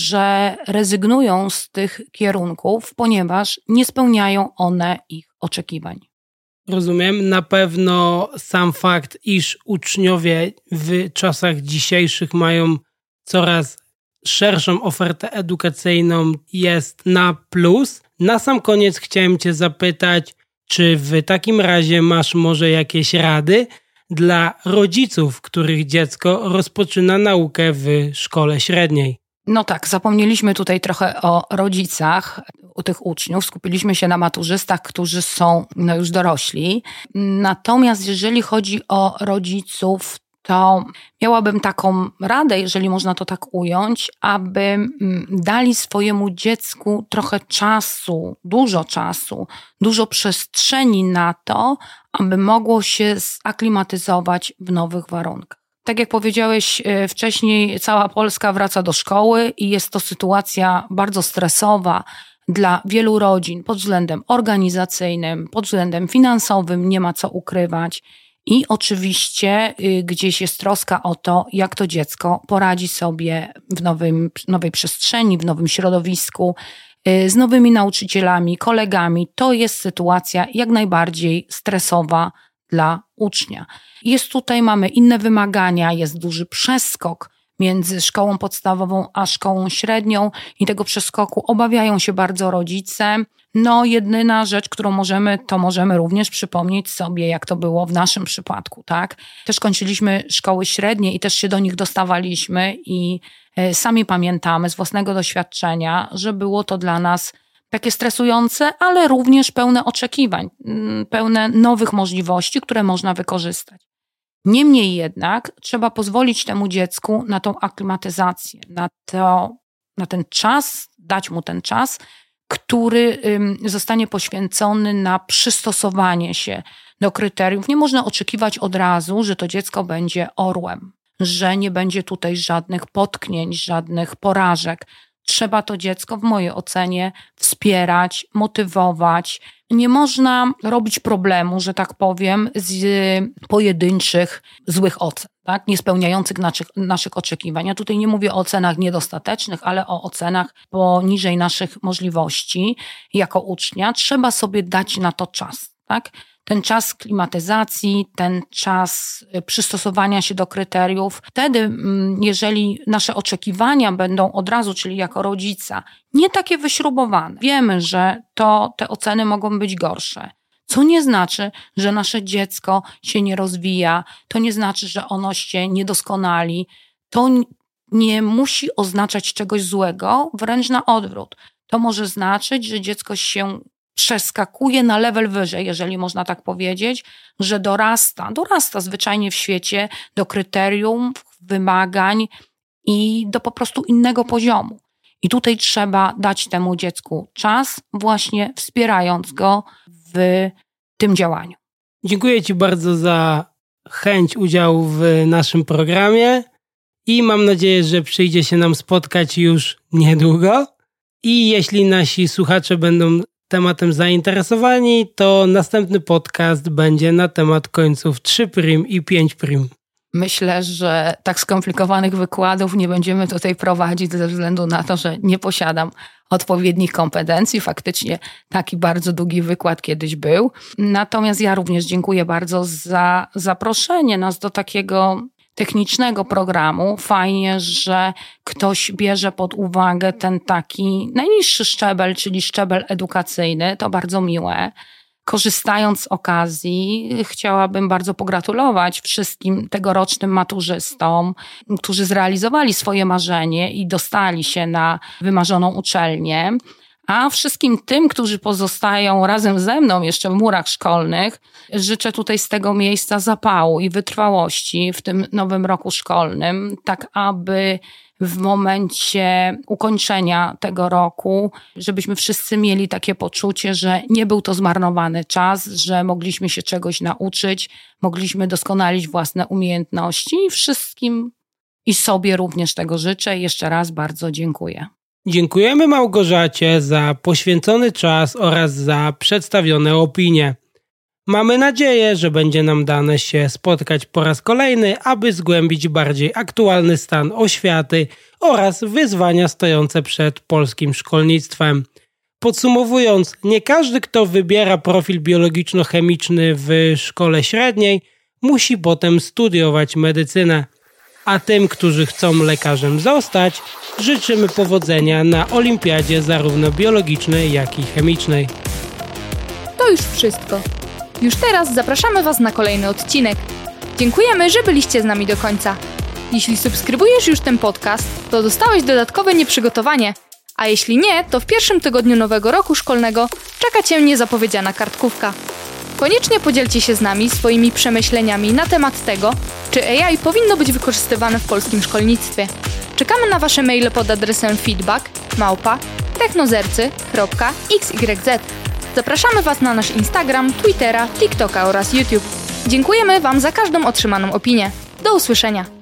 że rezygnują z tych kierunków, ponieważ nie spełniają one ich oczekiwań. Rozumiem. Na pewno sam fakt, iż uczniowie w czasach dzisiejszych mają coraz szerszą ofertę edukacyjną, jest na plus. Na sam koniec chciałem Cię zapytać, czy w takim razie masz może jakieś rady dla rodziców, których dziecko rozpoczyna naukę w szkole średniej? No tak, zapomnieliśmy tutaj trochę o rodzicach, u tych uczniów, skupiliśmy się na maturzystach, którzy są no, już dorośli. Natomiast jeżeli chodzi o rodziców, to miałabym taką radę, jeżeli można to tak ująć, aby dali swojemu dziecku trochę czasu, dużo czasu, dużo przestrzeni na to, aby mogło się zaklimatyzować w nowych warunkach. Tak jak powiedziałeś wcześniej, cała Polska wraca do szkoły i jest to sytuacja bardzo stresowa dla wielu rodzin pod względem organizacyjnym, pod względem finansowym, nie ma co ukrywać. I oczywiście y, gdzieś jest troska o to, jak to dziecko poradzi sobie w nowym, nowej przestrzeni, w nowym środowisku, y, z nowymi nauczycielami, kolegami. To jest sytuacja jak najbardziej stresowa dla ucznia. Jest tutaj, mamy inne wymagania, jest duży przeskok między szkołą podstawową a szkołą średnią i tego przeskoku obawiają się bardzo rodzice. No jedyna rzecz, którą możemy, to możemy również przypomnieć sobie, jak to było w naszym przypadku, tak? Też kończyliśmy szkoły średnie i też się do nich dostawaliśmy i sami pamiętamy z własnego doświadczenia, że było to dla nas takie stresujące, ale również pełne oczekiwań, pełne nowych możliwości, które można wykorzystać. Niemniej jednak trzeba pozwolić temu dziecku na tą aklimatyzację, na, to, na ten czas, dać mu ten czas, który zostanie poświęcony na przystosowanie się do kryteriów. Nie można oczekiwać od razu, że to dziecko będzie orłem, że nie będzie tutaj żadnych potknięć, żadnych porażek. Trzeba to dziecko, w mojej ocenie, wspierać, motywować. Nie można robić problemu, że tak powiem, z pojedynczych złych ocen, tak? Niespełniających naszych, naszych oczekiwań. Ja tutaj nie mówię o ocenach niedostatecznych, ale o ocenach poniżej naszych możliwości jako ucznia. Trzeba sobie dać na to czas, tak? Ten czas klimatyzacji, ten czas przystosowania się do kryteriów. Wtedy, jeżeli nasze oczekiwania będą od razu, czyli jako rodzica, nie takie wyśrubowane, wiemy, że to te oceny mogą być gorsze. Co nie znaczy, że nasze dziecko się nie rozwija, to nie znaczy, że ono się nie doskonali. To nie musi oznaczać czegoś złego, wręcz na odwrót. To może znaczyć, że dziecko się przeskakuje na level wyżej, jeżeli można tak powiedzieć, że dorasta, dorasta zwyczajnie w świecie do kryterium, wymagań i do po prostu innego poziomu. I tutaj trzeba dać temu dziecku czas, właśnie wspierając go w tym działaniu. Dziękuję Ci bardzo za chęć udziału w naszym programie i mam nadzieję, że przyjdzie się nam spotkać już niedługo. I jeśli nasi słuchacze będą tematem zainteresowani, to następny podcast będzie na temat końców trzy prim i pięć prim. Myślę, że tak skomplikowanych wykładów nie będziemy tutaj prowadzić ze względu na to, że nie posiadam odpowiednich kompetencji. Faktycznie taki bardzo długi wykład kiedyś był. Natomiast ja również dziękuję bardzo za zaproszenie nas do takiego technicznego programu. Fajnie, że ktoś bierze pod uwagę ten taki najniższy szczebel, czyli szczebel edukacyjny. To bardzo miłe. Korzystając z okazji, chciałabym bardzo pogratulować wszystkim tegorocznym maturzystom, którzy zrealizowali swoje marzenie i dostali się na wymarzoną uczelnię, a wszystkim tym, którzy pozostają razem ze mną jeszcze w murach szkolnych, życzę tutaj z tego miejsca zapału i wytrwałości w tym nowym roku szkolnym, tak aby w momencie ukończenia tego roku, żebyśmy wszyscy mieli takie poczucie, że nie był to zmarnowany czas, że mogliśmy się czegoś nauczyć, mogliśmy doskonalić własne umiejętności i wszystkim i sobie również tego życzę. Jeszcze raz bardzo dziękuję. Dziękujemy Małgorzacie za poświęcony czas oraz za przedstawione opinie. Mamy nadzieję, że będzie nam dane się spotkać po raz kolejny, aby zgłębić bardziej aktualny stan oświaty oraz wyzwania stojące przed polskim szkolnictwem. Podsumowując, nie każdy, kto wybiera profil biologiczno-chemiczny w szkole średniej, musi potem studiować medycynę. A tym, którzy chcą lekarzem zostać, życzymy powodzenia na olimpiadzie zarówno biologicznej, jak i chemicznej. To już wszystko. Już teraz zapraszamy Was na kolejny odcinek. Dziękujemy, że byliście z nami do końca. Jeśli subskrybujesz już ten podcast, to dostałeś dodatkowe nieprzygotowanie. A jeśli nie, to w pierwszym tygodniu nowego roku szkolnego czeka Cię niezapowiedziana kartkówka. Koniecznie podzielcie się z nami swoimi przemyśleniami na temat tego, czy A I powinno być wykorzystywane w polskim szkolnictwie. Czekamy na Wasze maile pod adresem feedback małpa technozercy kropka x y z. Zapraszamy Was na nasz Instagram, Twittera, TikToka oraz YouTube. Dziękujemy Wam za każdą otrzymaną opinię. Do usłyszenia!